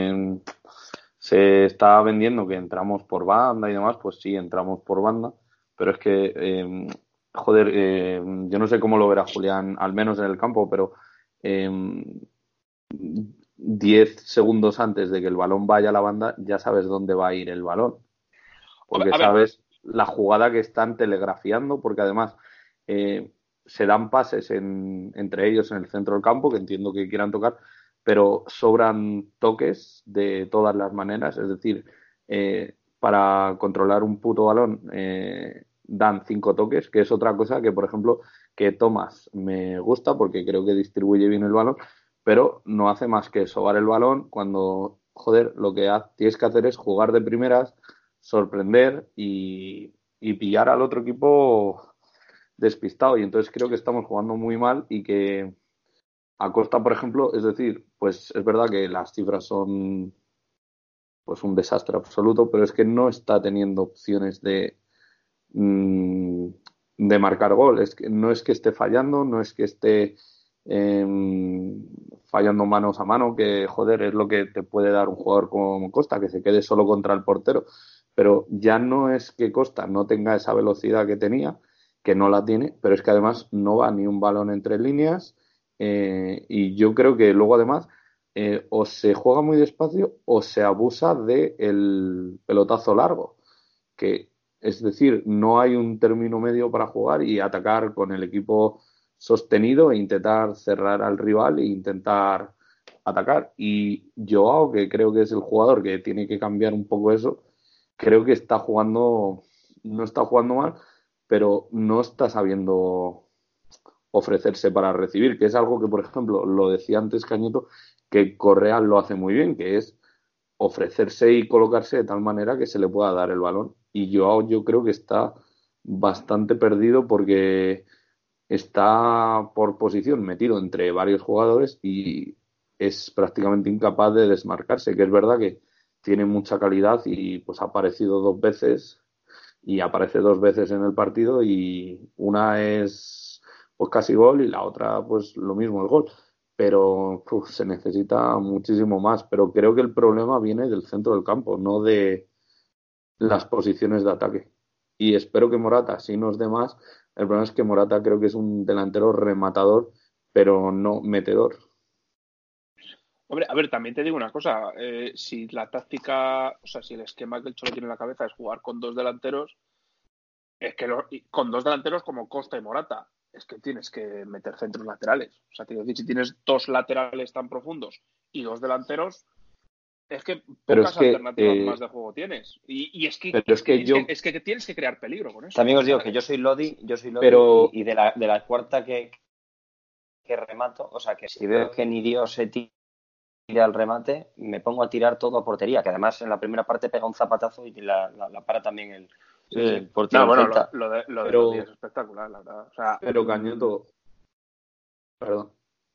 se está vendiendo que entramos por banda y demás, pues sí, entramos por banda, pero es que, joder, yo no sé cómo lo verá Julián, al menos en el campo, pero eh, 10 segundos antes de que el balón vaya a la banda, ya sabes dónde va a ir el balón, porque A ver, sabes la jugada que están telegrafiando, porque además se dan pases entre ellos en el centro del campo, que entiendo que quieran tocar, pero sobran toques de todas las maneras, es decir, para controlar un puto balón dan 5 toques, que es otra cosa que, por ejemplo, que Tomás me gusta porque creo que distribuye bien el balón, pero no hace más que sobar el balón cuando, joder, lo que tienes que hacer es jugar de primeras, sorprender y pillar al otro equipo despistado. Y entonces creo que estamos jugando muy mal y que a Costa, por ejemplo, es decir, pues es verdad que las cifras son pues un desastre absoluto, pero es que no está teniendo opciones mmm, de marcar gol. No es que esté fallando, no es que esté fallando manos a mano, que joder, es lo que te puede dar un jugador como Costa, que se quede solo contra el portero. Pero ya no es que Costa no tenga esa velocidad que tenía, que no la tiene, pero es que además no va ni un balón entre líneas. Y yo creo que luego además o se juega muy despacio o se abusa del pelotazo largo, que es decir, no hay un término medio para jugar y atacar con el equipo sostenido e intentar cerrar al rival e intentar atacar. Y Joao, que creo que es el jugador que tiene que cambiar un poco eso, creo que no está jugando mal, pero no está sabiendo ofrecerse para recibir, que es algo que, por ejemplo, lo decía antes Cañeto, que Correa lo hace muy bien, que es ofrecerse y colocarse de tal manera que se le pueda dar el balón. Y yo creo que está bastante perdido porque está por posición metido entre varios jugadores y es prácticamente incapaz de desmarcarse, que es verdad que tiene mucha calidad y pues ha aparecido 2 veces y aparece 2 veces en el partido y una es pues casi gol y la otra pues lo mismo el gol, pero se necesita muchísimo más, pero creo que el problema viene del centro del campo, no de las posiciones de ataque. Y espero que Morata sí nos dé más. El problema es que Morata creo que es un delantero rematador, pero no metedor. hombre, a ver, también te digo una cosa. Si la táctica, o sea, si el esquema que el Cholo tiene en la cabeza es jugar con dos delanteros, es que con dos delanteros como Costa y Morata, es que tienes que meter centros laterales. O sea, te quiero decir, si tienes dos laterales tan profundos y dos delanteros, Es que Pero pocas es que, alternativas más de juego tienes. Y es que, pero es que yo, es que tienes que crear peligro con eso. También os digo que yo soy Lodi pero y de la cuarta que remato, o sea que si veo que ni Dios se tira al remate, me pongo a tirar todo a portería, que además en la primera parte pega un zapatazo y la para también Sí. el portero No, bueno, Celta. lo de pero, Lodi es espectacular, la verdad. O sea, pero Cañoto, perdón.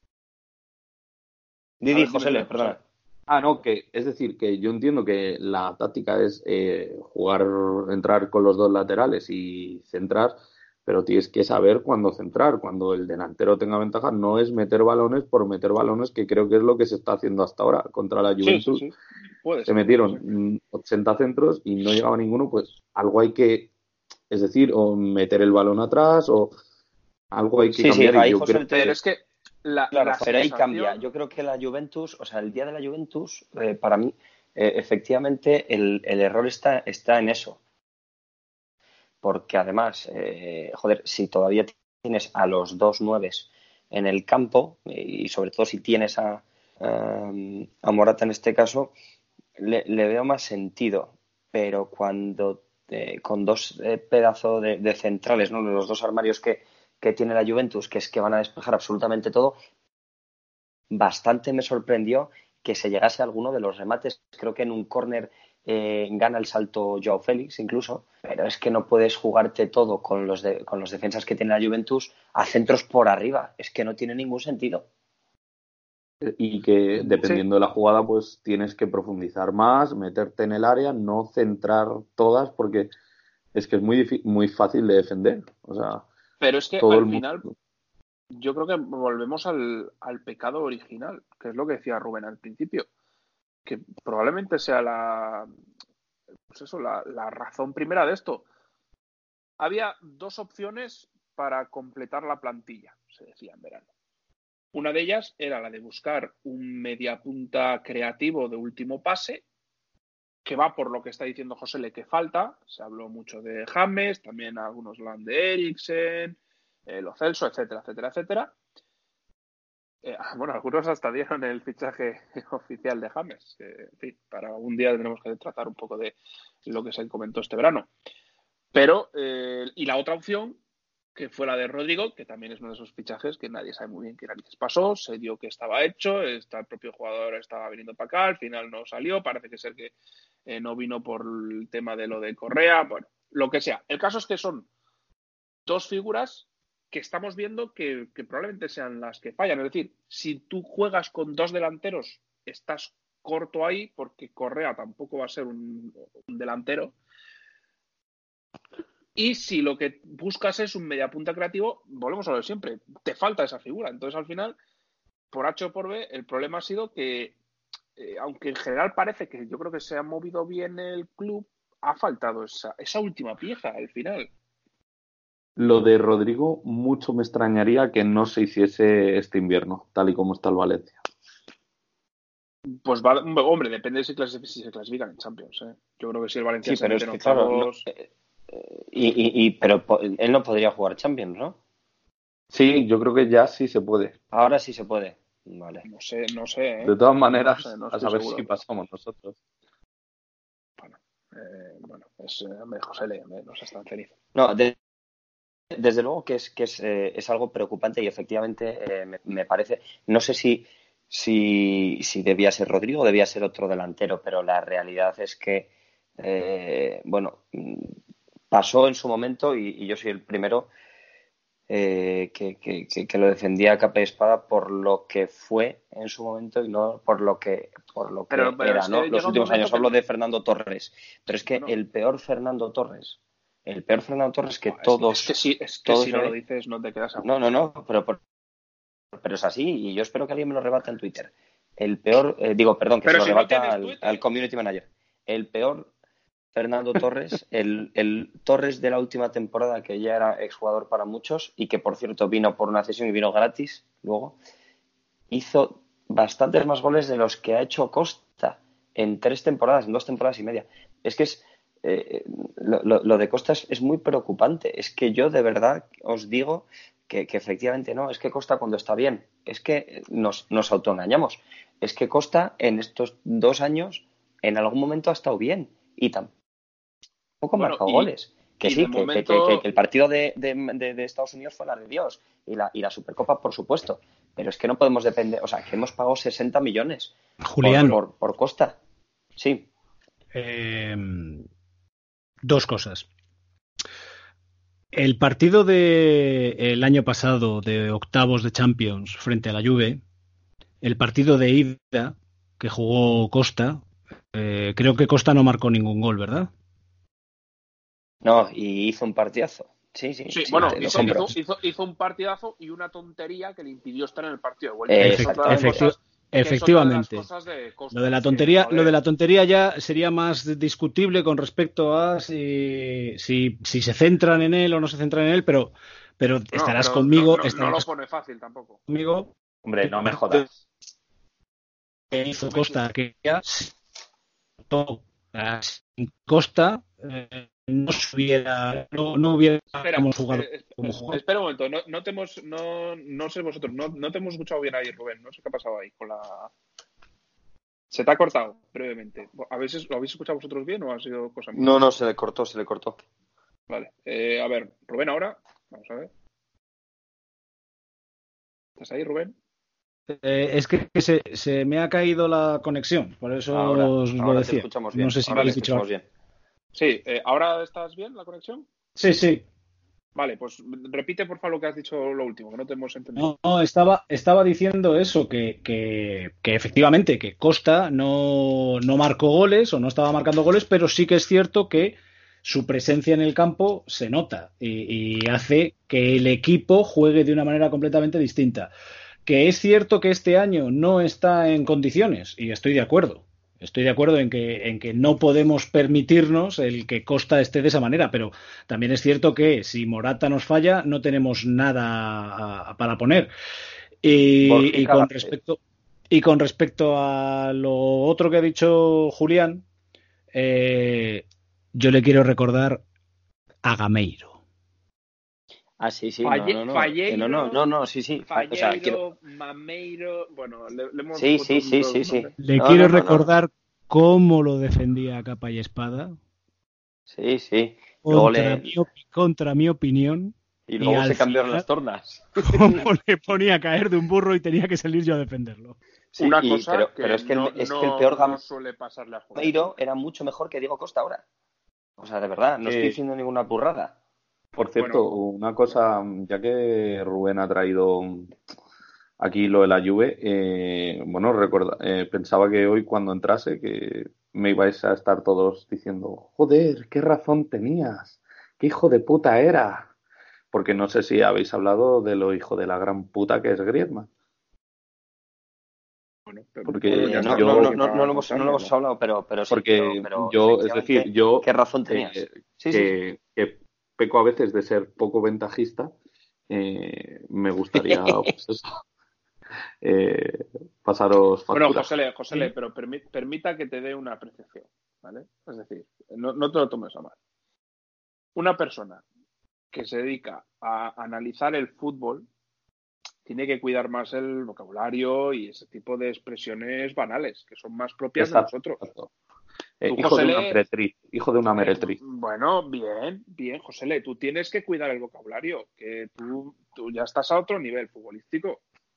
A Didi, ver, dime, José, dime, perdona. No, que es decir, que yo entiendo que la táctica es entrar con los dos laterales y centrar, pero tienes que saber cuándo centrar. Cuando el delantero tenga ventaja, no es meter balones por meter balones, que creo que es lo que se está haciendo hasta ahora contra la Juventus. sí. Puede Se ser, metieron 80 centros y no llegaba ninguno, pues algo hay que, es decir, o meter el balón atrás o algo hay que Sí, cambiar. Y ahí yo José creo Pero que es que claro, la pero ahí cambia. sensación... Yo creo que la Juventus, o sea, el día de la Juventus, para mí, efectivamente, el error está en eso. Porque además, joder, si todavía tienes a los dos nueves en el campo, y sobre todo si tienes a Morata en este caso, le veo más sentido. Pero cuando con dos pedazos de centrales, ¿no? Los dos armarios que tiene la Juventus, que es que van a despejar absolutamente todo, bastante me sorprendió que se llegase a alguno de los remates. Creo que en un córner gana el salto Joao Félix incluso, pero es que no puedes jugarte todo con los defensas que tiene la Juventus a centros por arriba. Es que no tiene ningún sentido. y que Sí, dependiendo de la jugada, pues tienes que profundizar más, meterte en el área, no centrar todas, porque es que es muy fácil de defender. O sea, pero es que todo el al mundo. final yo creo que volvemos al pecado original, que es lo que decía Rubén al principio, que probablemente sea la razón primera de esto. Había dos opciones para completar la plantilla, se decía en verano. Una de ellas era la de buscar un mediapunta creativo de último pase, que va por lo que está diciendo José Le que falta. Se habló mucho de James, también algunos hablan de Eriksen, Lo Celso, etcétera, etcétera, etcétera. Bueno, algunos hasta dieron el fichaje oficial de James. En fin, para un día tendremos que tratar un poco de lo que se comentó este verano. Pero, y la otra opción, que fue la de Rodrigo, que también es uno de esos fichajes que nadie sabe muy bien qué narices pasó, se dio que estaba hecho, el propio jugador estaba viniendo para acá, al final no salió, parece que ser que no vino por el tema de lo de Correa, bueno, lo que sea. El caso es que son dos figuras que estamos viendo que probablemente sean las que fallan. Es decir, si tú juegas con dos delanteros, estás corto ahí, porque Correa tampoco va a ser un delantero. Y si lo que buscas es un mediapunta creativo, volvemos a lo de siempre, te falta esa figura. Entonces, al final, por H o por B, el problema ha sido que, aunque en general parece que yo creo que se ha movido bien el club, ha faltado esa última pieza al final. Lo de Rodrigo, mucho me extrañaría que no se hiciese este invierno, tal y como está el Valencia. Pues va, hombre, depende de si se clasifican en Champions. Yo creo que si el Valencia Sí, se pero mete es en que, claro, octavos... pero él no podría jugar Champions, ¿no? Sí, yo creo que ya sí se puede. Ahora sí se puede. Vale. No sé, De todas maneras, no a estoy saber seguro. si pasamos nosotros. Bueno, es José Le, no se está en ceniza. No, desde luego que es algo preocupante y efectivamente me parece, no sé si debía ser Rodrigo o debía ser otro delantero, pero la realidad es que, bueno, pasó en su momento y yo soy el primero que lo defendía a capa y espada por lo que fue en su momento y no por lo que Pero era, es ¿no? que Los llega un últimos momento años que hablo de Fernando Torres, pero es que bueno, el peor Fernando Torres que es que si no lo dices no te quedas a gusto. No, pero es así y yo espero que alguien me lo rebata en Twitter. El peor, perdón, que Pero se lo si no rebata tienes Twitter. al community manager. El peor Fernando Torres, el Torres de la última temporada, que ya era exjugador para muchos y que, por cierto, vino por una cesión y vino gratis luego, hizo bastantes más goles de los que ha hecho Costa en 3 temporadas, en 2 temporadas y media. Es que lo de Costa es muy preocupante. Es que yo de verdad os digo que efectivamente no, es que Costa cuando está bien, es que nos autoengañamos, es que Costa en estos 2 años en algún momento ha estado bien y tampoco ha marcado goles. Que sí, que el partido de Estados Unidos fue la de Dios y la Supercopa, por supuesto, pero es que no podemos depender, o sea, que hemos pagado 60 millones Julián, por Costa. Sí. 2 cosas. El partido del año pasado de octavos de Champions frente a la Juve, el partido de ida que jugó Costa, creo que Costa no marcó ningún gol, ¿verdad? No, y hizo un partidazo. Sí, bueno, hizo un partidazo y una tontería que le impidió estar en el partido de vuelta. Efectivamente. Lo de la tontería ya sería más discutible con respecto a si se centran en él o no se centran en él, pero estarás conmigo. No lo pone fácil tampoco. Conmigo. Hombre, no me jodas. Que hizo Costa que ya sin Costa no hubiéramos jugado como jugado. Espera un momento, no sé vosotros, no te hemos escuchado bien ahí, Rubén, no sé qué ha pasado ahí con la... Se te ha cortado brevemente. ¿Lo habéis escuchado vosotros bien o ha sido cosa mía? No, se le cortó. Vale, a ver, Rubén ahora, vamos a ver. ¿Estás ahí, Rubén? Es que se me ha caído la conexión, por eso os lo decía. Te escuchamos bien. No sé si me habéis escuchado bien. Sí, ¿ahora estás bien la conexión? Sí. Vale, pues repite por favor lo que has dicho lo último, que no te hemos entendido. No, estaba diciendo eso, que efectivamente que Costa no marcó goles o no estaba marcando goles, pero sí que es cierto que su presencia en el campo se nota y hace que el equipo juegue de una manera completamente distinta. Que es cierto que este año no está en condiciones, y estoy de acuerdo en que no podemos permitirnos el que Costa esté de esa manera, pero también es cierto que si Morata nos falla no tenemos nada para poner. Y con respecto a lo otro que ha dicho Julián, yo le quiero recordar a Gameiro. Ah, sí. Falleiro, sí. Falleiro, Mameiro, bueno, le hemos... Sí. Le quiero recordar cómo lo defendía a capa y espada. Sí. Contra mi opinión. Y luego se cambiaron las tornas. Cómo le ponía a caer de un burro y tenía que salir yo a defenderlo. Sí, una cosa pero es que el peor suele pasarle a Gameiro era mucho mejor que Diego Costa ahora. O sea, de verdad, no estoy diciendo ninguna burrada. Por cierto, una cosa, ya que Rubén ha traído aquí lo de la Juve, pensaba que hoy cuando entrase que me ibais a estar todos diciendo, joder, qué razón tenías, qué hijo de puta era, porque no sé si habéis hablado de lo hijo de la gran puta que es Griezmann. Bueno, porque no lo hemos hablado, pero sí. Porque yo ¿qué razón tenías? Que peco a veces de ser poco ventajista, me gustaría pasaros factura. Bueno, José, pero permita que te dé una apreciación, ¿vale? Es decir, no te lo tomes a mal. Una persona que se dedica a analizar el fútbol tiene que cuidar más el vocabulario y ese tipo de expresiones banales, que son más propias de nosotros. Hijo de una meretriz. Bueno, bien, José, tú tienes que cuidar el vocabulario, que tú ya estás a otro nivel futbolístico.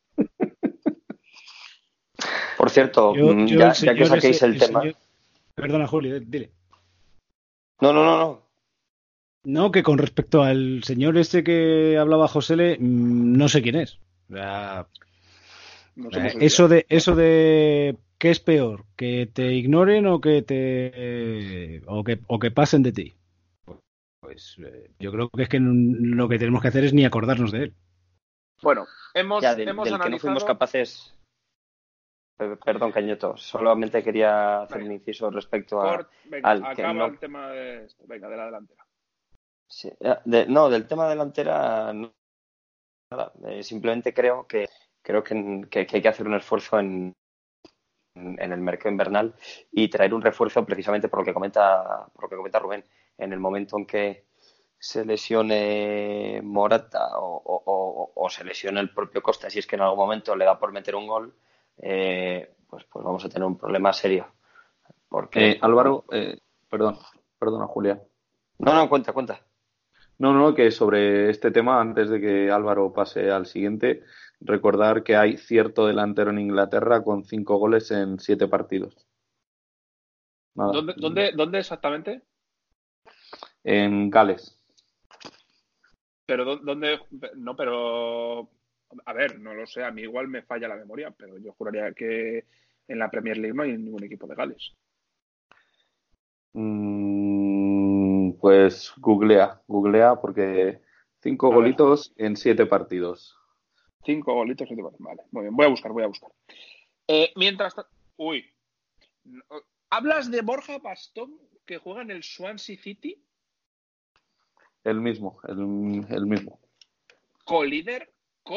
Por cierto, ya que saquéis el tema... Perdona, Julio, dile. No. No, que con respecto al señor ese que hablaba José, no sé quién es. O sea, eso de ¿qué es peor? ¿Que te ignoren o que pasen de ti? Pues yo creo que es que lo que tenemos que hacer es ni acordarnos de él. Bueno, hemos analizado... que no fuimos capaces... Perdón, Cañeto, solamente quería hacer un inciso respecto el tema de esto. Venga, de la delantera. Sí, del tema delantera nada, simplemente creo que hay que hacer un esfuerzo en el mercado invernal y traer un refuerzo precisamente por lo que comenta Rubén, en el momento en que se lesione Morata o se lesione el propio Costa, si es que en algún momento le da por meter un gol, pues vamos a tener un problema serio. Porque Álvaro, perdona, Julia. No, cuenta. No, que sobre este tema, antes de que Álvaro pase al siguiente, recordar que hay cierto delantero en Inglaterra con 5 goles en 7 partidos. Nada. ¿Dónde exactamente? En Gales. Pero ¿dónde? No, pero a ver, no lo sé, a mí igual me falla la memoria, pero yo juraría que en la Premier League no hay ningún equipo de Gales. Pues googlea porque 5 golitos en 7 partidos. 5 golitos, 7 partidos. Vale, muy bien, voy a buscar. Mientras uy, ¿hablas de Borja Bastón que juega en el Swansea City? El mismo. Co-líder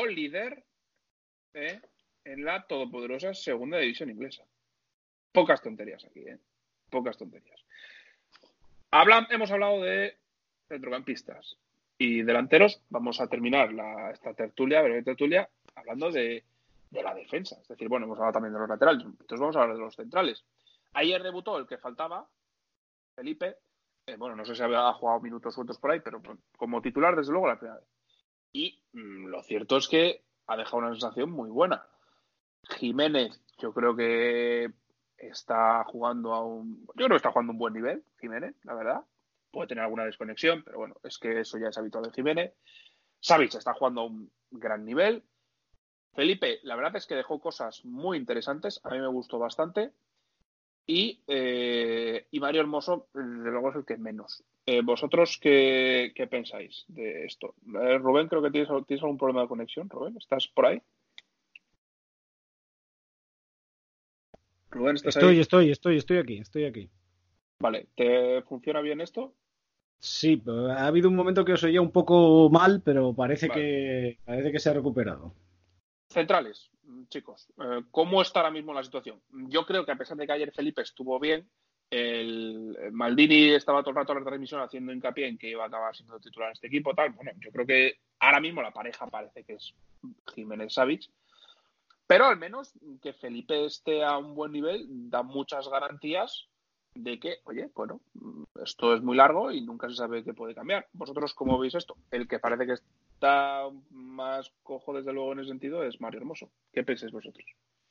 en la todopoderosa segunda división inglesa. Pocas tonterías aquí, pocas tonterías. Hemos hablado de centrocampistas y delanteros. Vamos a terminar esta breve tertulia, hablando de la defensa. Es decir, bueno, hemos hablado también de los laterales, entonces vamos a hablar de los centrales. Ayer debutó el que faltaba, Felipe. Bueno, no sé si había jugado minutos sueltos por ahí, pero como titular, desde luego, la primera vez. Y lo cierto es que ha dejado una sensación muy buena. Jiménez, yo creo que está jugando un buen nivel, Jiménez, la verdad. Puede tener alguna desconexión, pero bueno, es que eso ya es habitual de Jiménez. Savic está jugando a un gran nivel. Felipe, la verdad es que dejó cosas muy interesantes, a mí me gustó bastante. Y Mario Hermoso, desde luego, es el que menos. ¿Vosotros qué pensáis de esto? Rubén, creo que tienes algún problema de conexión. Rubén, ¿estás por ahí? Rubén, ¿estás ahí? Estoy aquí. Vale, ¿te funciona bien esto? Sí, ha habido un momento que os oía un poco mal, pero parece Vale. que se ha recuperado. Centrales, chicos, ¿cómo está ahora mismo la situación? Yo creo que a pesar de que ayer Felipe estuvo bien, el Maldini estaba todo el rato en la transmisión haciendo hincapié en que iba a acabar siendo titular en este equipo, tal. Bueno, yo creo que ahora mismo la pareja parece que es Jiménez-Savic, pero al menos que Felipe esté a un buen nivel da muchas garantías de que, oye, bueno, esto es muy largo y nunca se sabe qué puede cambiar. ¿Vosotros cómo veis esto? El que parece que está más cojo, desde luego, en ese sentido, es Mario Hermoso. ¿Qué pensáis vosotros?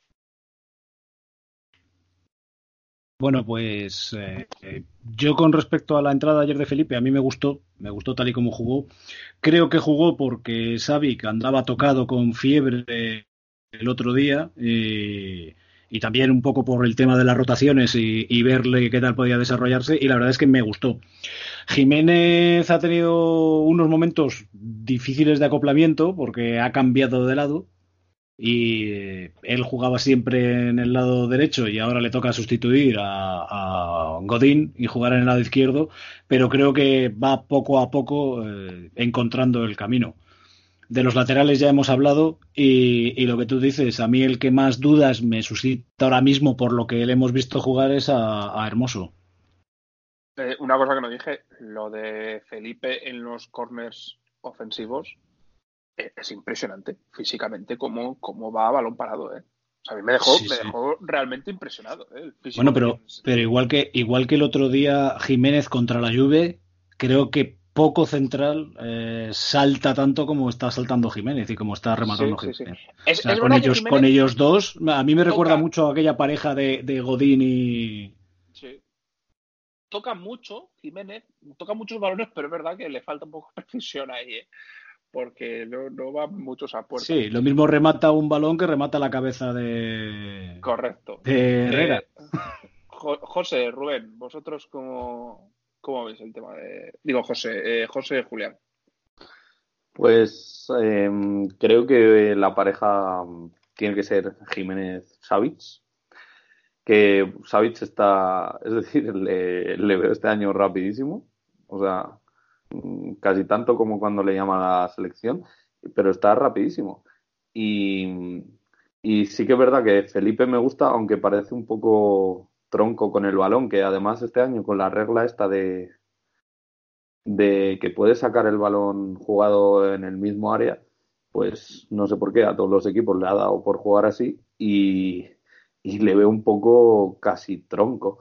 Bueno, pues yo con respecto a la entrada ayer de Felipe, a mí me gustó tal y como jugó. Creo que jugó porque Savic andaba tocado con fiebre el otro día y también un poco por el tema de las rotaciones y verle qué tal podía desarrollarse y la verdad es que me gustó. Jiménez ha tenido unos momentos difíciles de acoplamiento porque ha cambiado de lado y él jugaba siempre en el lado derecho y ahora le toca sustituir a Godín y jugar en el lado izquierdo, pero creo que va poco a poco encontrando el camino. De los laterales ya hemos hablado y lo que tú dices, a mí el que más dudas me suscita ahora mismo por lo que le hemos visto jugar es a Hermoso. Una cosa que no dije, lo de Felipe en los corners ofensivos es impresionante físicamente cómo va a balón parado. O sea, a mí me dejó realmente impresionado. El físico bueno, pero igual que el otro día Jiménez contra la Juve, creo que poco central salta tanto como está saltando Jiménez y como está rematando sí. Jiménez. Es Con verdad que ellos, Jiménez con ellos dos, a mí me recuerda toca, mucho a aquella pareja de Godín y... sí, toca mucho, Jiménez, toca muchos balones, pero es verdad que le falta un poco de precisión ahí, porque no va muchos a puerta. Sí, lo mismo remata un balón que remata la cabeza de Correcto. Herrera. José, Rubén, ¿vosotros cómo veis el tema de... Digo, José Julián. Pues creo que la pareja tiene que ser Jiménez-Savic, que Savic está, es decir, le veo este año rapidísimo, o sea, casi tanto como cuando le llama a la selección, pero está rapidísimo. Y sí que es verdad que Felipe me gusta, aunque parece un poco tronco con el balón, que además este año con la regla esta de que puede sacar el balón jugado en el mismo área, pues no sé por qué a todos los equipos le ha dado por jugar así y le veo un poco casi tronco,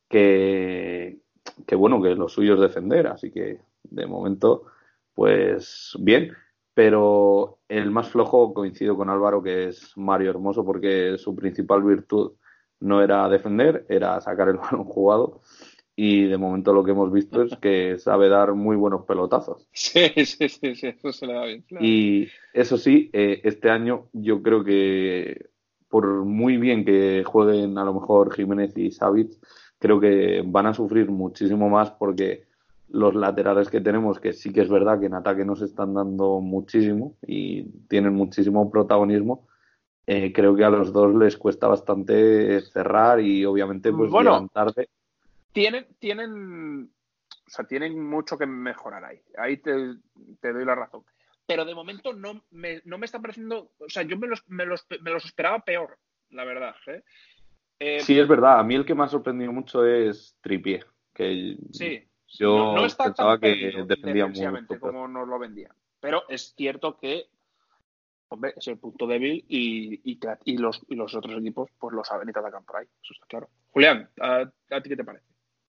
que bueno, que lo suyo es defender, así que de momento, pues bien, pero el más flojo coincido con Álvaro, que es Mario Hermoso, porque su principal virtud no era defender, era sacar el balón jugado. Y de momento lo que hemos visto es que sabe dar muy buenos pelotazos. Sí, eso se le da bien. Claro. Y eso sí, este año yo creo que por muy bien que jueguen a lo mejor Jiménez y Savic, creo que van a sufrir muchísimo más porque los laterales que tenemos, que sí que es verdad que en ataque nos están dando muchísimo y tienen muchísimo protagonismo, creo que a los dos les cuesta bastante cerrar y obviamente pues llegan tarde. Tienen mucho que mejorar ahí. Ahí te doy la razón. Pero de momento no me está pareciendo... O sea, yo me los esperaba peor, la verdad. Sí, es verdad. A mí el que me ha sorprendido mucho es Trippier. Que sí. Yo no está pensaba tan que defendía defensivamente mucho como nos lo vendían. Pero es cierto que, hombre, es el punto débil y los otros equipos pues lo saben y te atacan por ahí. Eso está claro. Julián, ¿a ti qué te parece?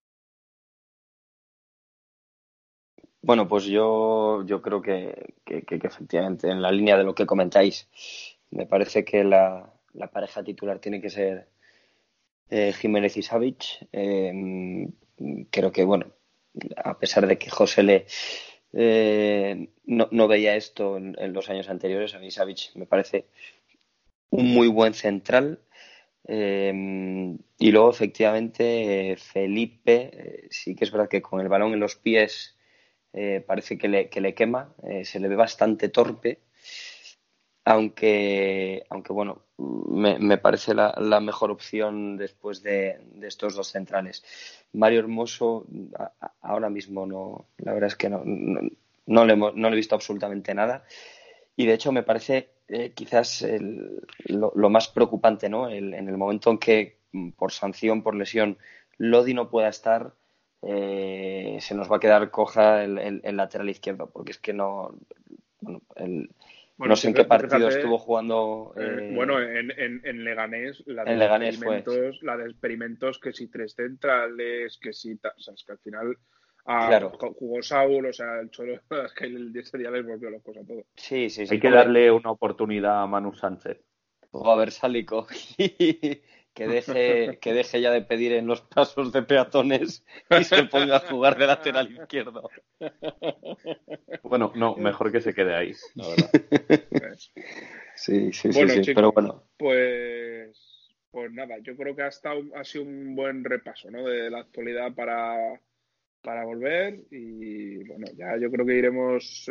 Bueno, pues yo creo que efectivamente, en la línea de lo que comentáis, me parece que la pareja titular tiene que ser Jiménez y Savic. Creo que, bueno, a pesar de que José no veía esto en los años anteriores, a mí Savic me parece un muy buen central. Y luego, efectivamente, Felipe, sí que es verdad que con el balón en los pies parece que le quema, se le ve bastante torpe, aunque bueno, me parece la mejor opción después de estos dos centrales. Mario Hermoso, ahora mismo no, la verdad es que no le he visto absolutamente nada, y de hecho me parece quizás lo más preocupante, ¿no? En el momento en que por sanción, por lesión, Lodi no pueda estar, se nos va a quedar coja el lateral izquierdo, porque es que no, bueno, no sé en qué partido estuvo jugando. Bueno, en Leganés, la de experimentos, que si tres centrales, que si... O sea, es que al final claro. Jugó Saúl, o sea, el Cholo, es que ese día les volvió locos a todos. Sí. Hay que darle una oportunidad a Manu Sánchez. O a Versálico. Que deje ya de pedir en los pasos de peatones y se ponga a jugar de lateral izquierdo. Bueno, no, mejor que se quede ahí, la verdad. Sí, chicos, pero bueno. Pues nada, yo creo que ha sido un buen repaso, ¿no? De la actualidad para volver y bueno, ya yo creo que iremos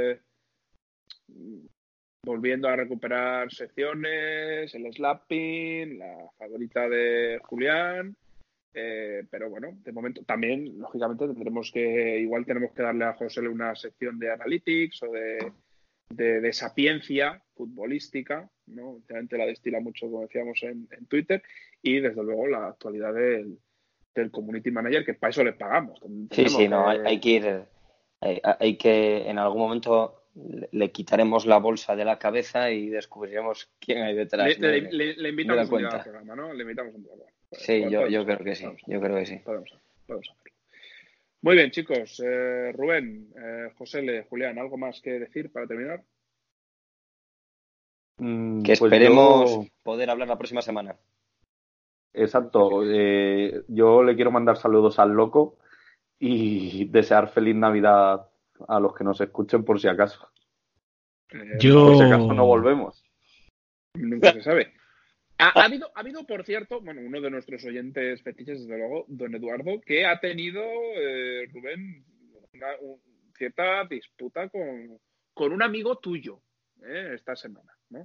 volviendo a recuperar secciones, el slapping, la favorita de Julián, pero bueno, de momento también, lógicamente, tenemos que darle a José una sección de analytics o de sapiencia futbolística, ¿no? Últimamente la destila mucho, como decíamos, en Twitter, y desde luego la actualidad del community manager, que para eso le pagamos. Sí, no, hay que ir, hay que en algún momento le quitaremos la bolsa de la cabeza y descubriremos quién hay detrás. Le invitamos un día al programa, ¿no? Le invitamos un día. Sí, yo creo que sí. Yo creo que sí. Podemos hacerlo. Muy bien, chicos. Rubén, José, Julián, ¿algo más que decir para terminar? Que esperemos poder hablar la próxima semana. Exacto. Yo le quiero mandar saludos al loco y desear feliz Navidad a los que nos escuchen por si acaso. Por si acaso no volvemos. Nunca se sabe. Ha habido, por cierto, bueno, uno de nuestros oyentes fetiches, desde luego, don Eduardo, que ha tenido, Rubén, una cierta disputa con un amigo tuyo esta semana, ¿no?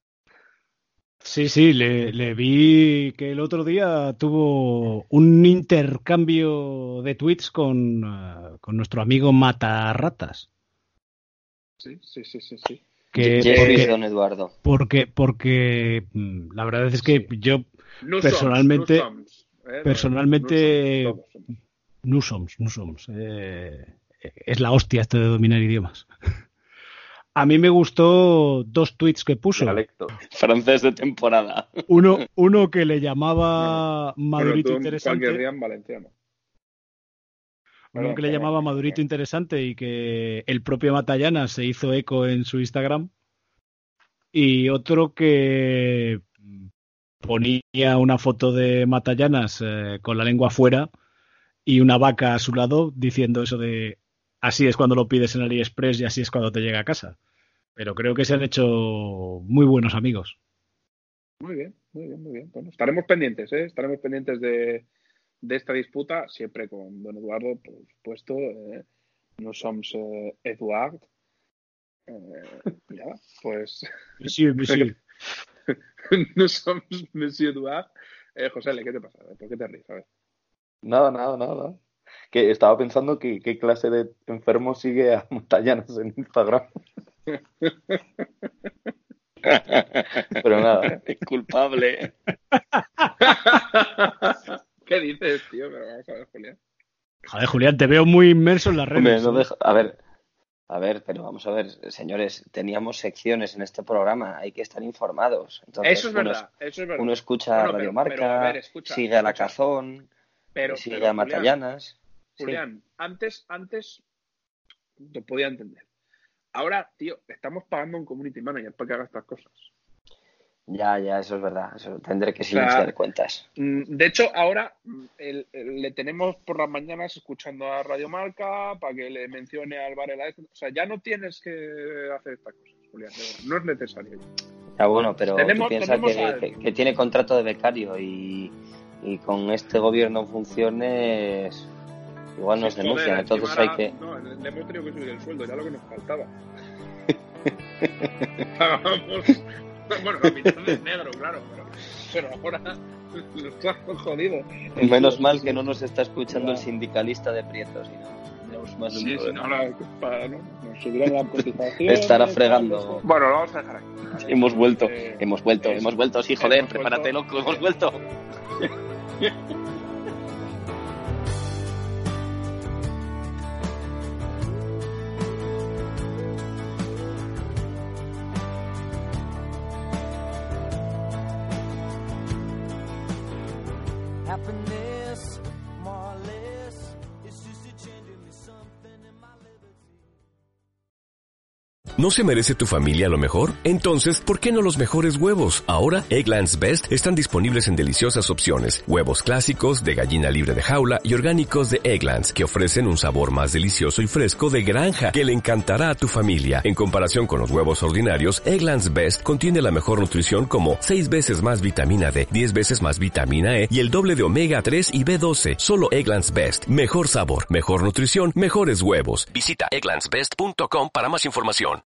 Sí, le vi que el otro día tuvo un intercambio de tweets con nuestro amigo Matarratas. Sí. Don Eduardo. Porque la verdad es que yo personalmente no somos. es la hostia esto de dominar idiomas. A mí me gustó 2 tweets que puso. Dialecto. Francés de temporada. Uno que le llamaba Madurito Pero tú interesante. cualquier día en valenciano. Uno que le llamaba Madurito interesante y que el propio Matallanas se hizo eco en su Instagram. Y otro que ponía una foto de Matallanas con la lengua afuera y una vaca a su lado diciendo eso de así es cuando lo pides en AliExpress y así es cuando te llega a casa. Pero creo que se han hecho muy buenos amigos. Muy bien. Bueno, estaremos pendientes, ¿eh? Estaremos pendientes de esta disputa, siempre con don Eduardo, por supuesto. No somos Eduard. Ya, pues... Sí. No somos Monsieur Eduard. José, ¿qué te pasa? ¿Por qué te ríes? A ver. Nada. Que estaba pensando que qué clase de enfermo sigue a Matallanas en Instagram. Pero nada. Es culpable. ¿Qué dices, tío? Pero vamos a ver, Julián. Joder, Julián, te veo muy inmerso en las redes. Hombre, A ver, pero vamos a ver, señores, teníamos secciones en este programa, hay que estar informados. Entonces, Eso es verdad. Uno escucha Radio Marca, sigue a La Cazón, sigue a Matallanas. Julián, antes lo podía entender. Ahora, tío, estamos pagando a un community manager para que haga estas cosas. Ya, eso es verdad. Eso tendré que silenciar cuentas. De hecho, ahora le tenemos por las mañanas escuchando a Radio Marca para que le mencione al Varela. O sea, ya no tienes que hacer estas cosas, Julián. No es necesario. Ya, bueno, pero tú piensas que tiene contrato de becario y con este gobierno en funciones igual nos denuncian. Joder, entonces hay que... No, le hemos tenido que subir el sueldo, ya lo que nos faltaba. Pagábamos... Bueno, la mitad es negro, claro, pero ahora nos estamos jodidos. Menos mal que no nos está escuchando el sindicalista de Prietos. Más sí, si no, nos subieron la cotización. Estará fregando. Bueno, lo vamos a dejar aquí. Hemos vuelto, sí, joder, prepárate, loco, hemos vuelto. ¿No se merece tu familia lo mejor? Entonces, ¿por qué no los mejores huevos? Ahora, Eggland's Best están disponibles en deliciosas opciones. Huevos clásicos, de gallina libre de jaula y orgánicos de Eggland's, que ofrecen un sabor más delicioso y fresco de granja, que le encantará a tu familia. En comparación con los huevos ordinarios, Eggland's Best contiene la mejor nutrición como 6 veces más vitamina D, 10 veces más vitamina E y el doble de omega 3 y B12. Solo Eggland's Best. Mejor sabor, mejor nutrición, mejores huevos. Visita egglandsbest.com para más información.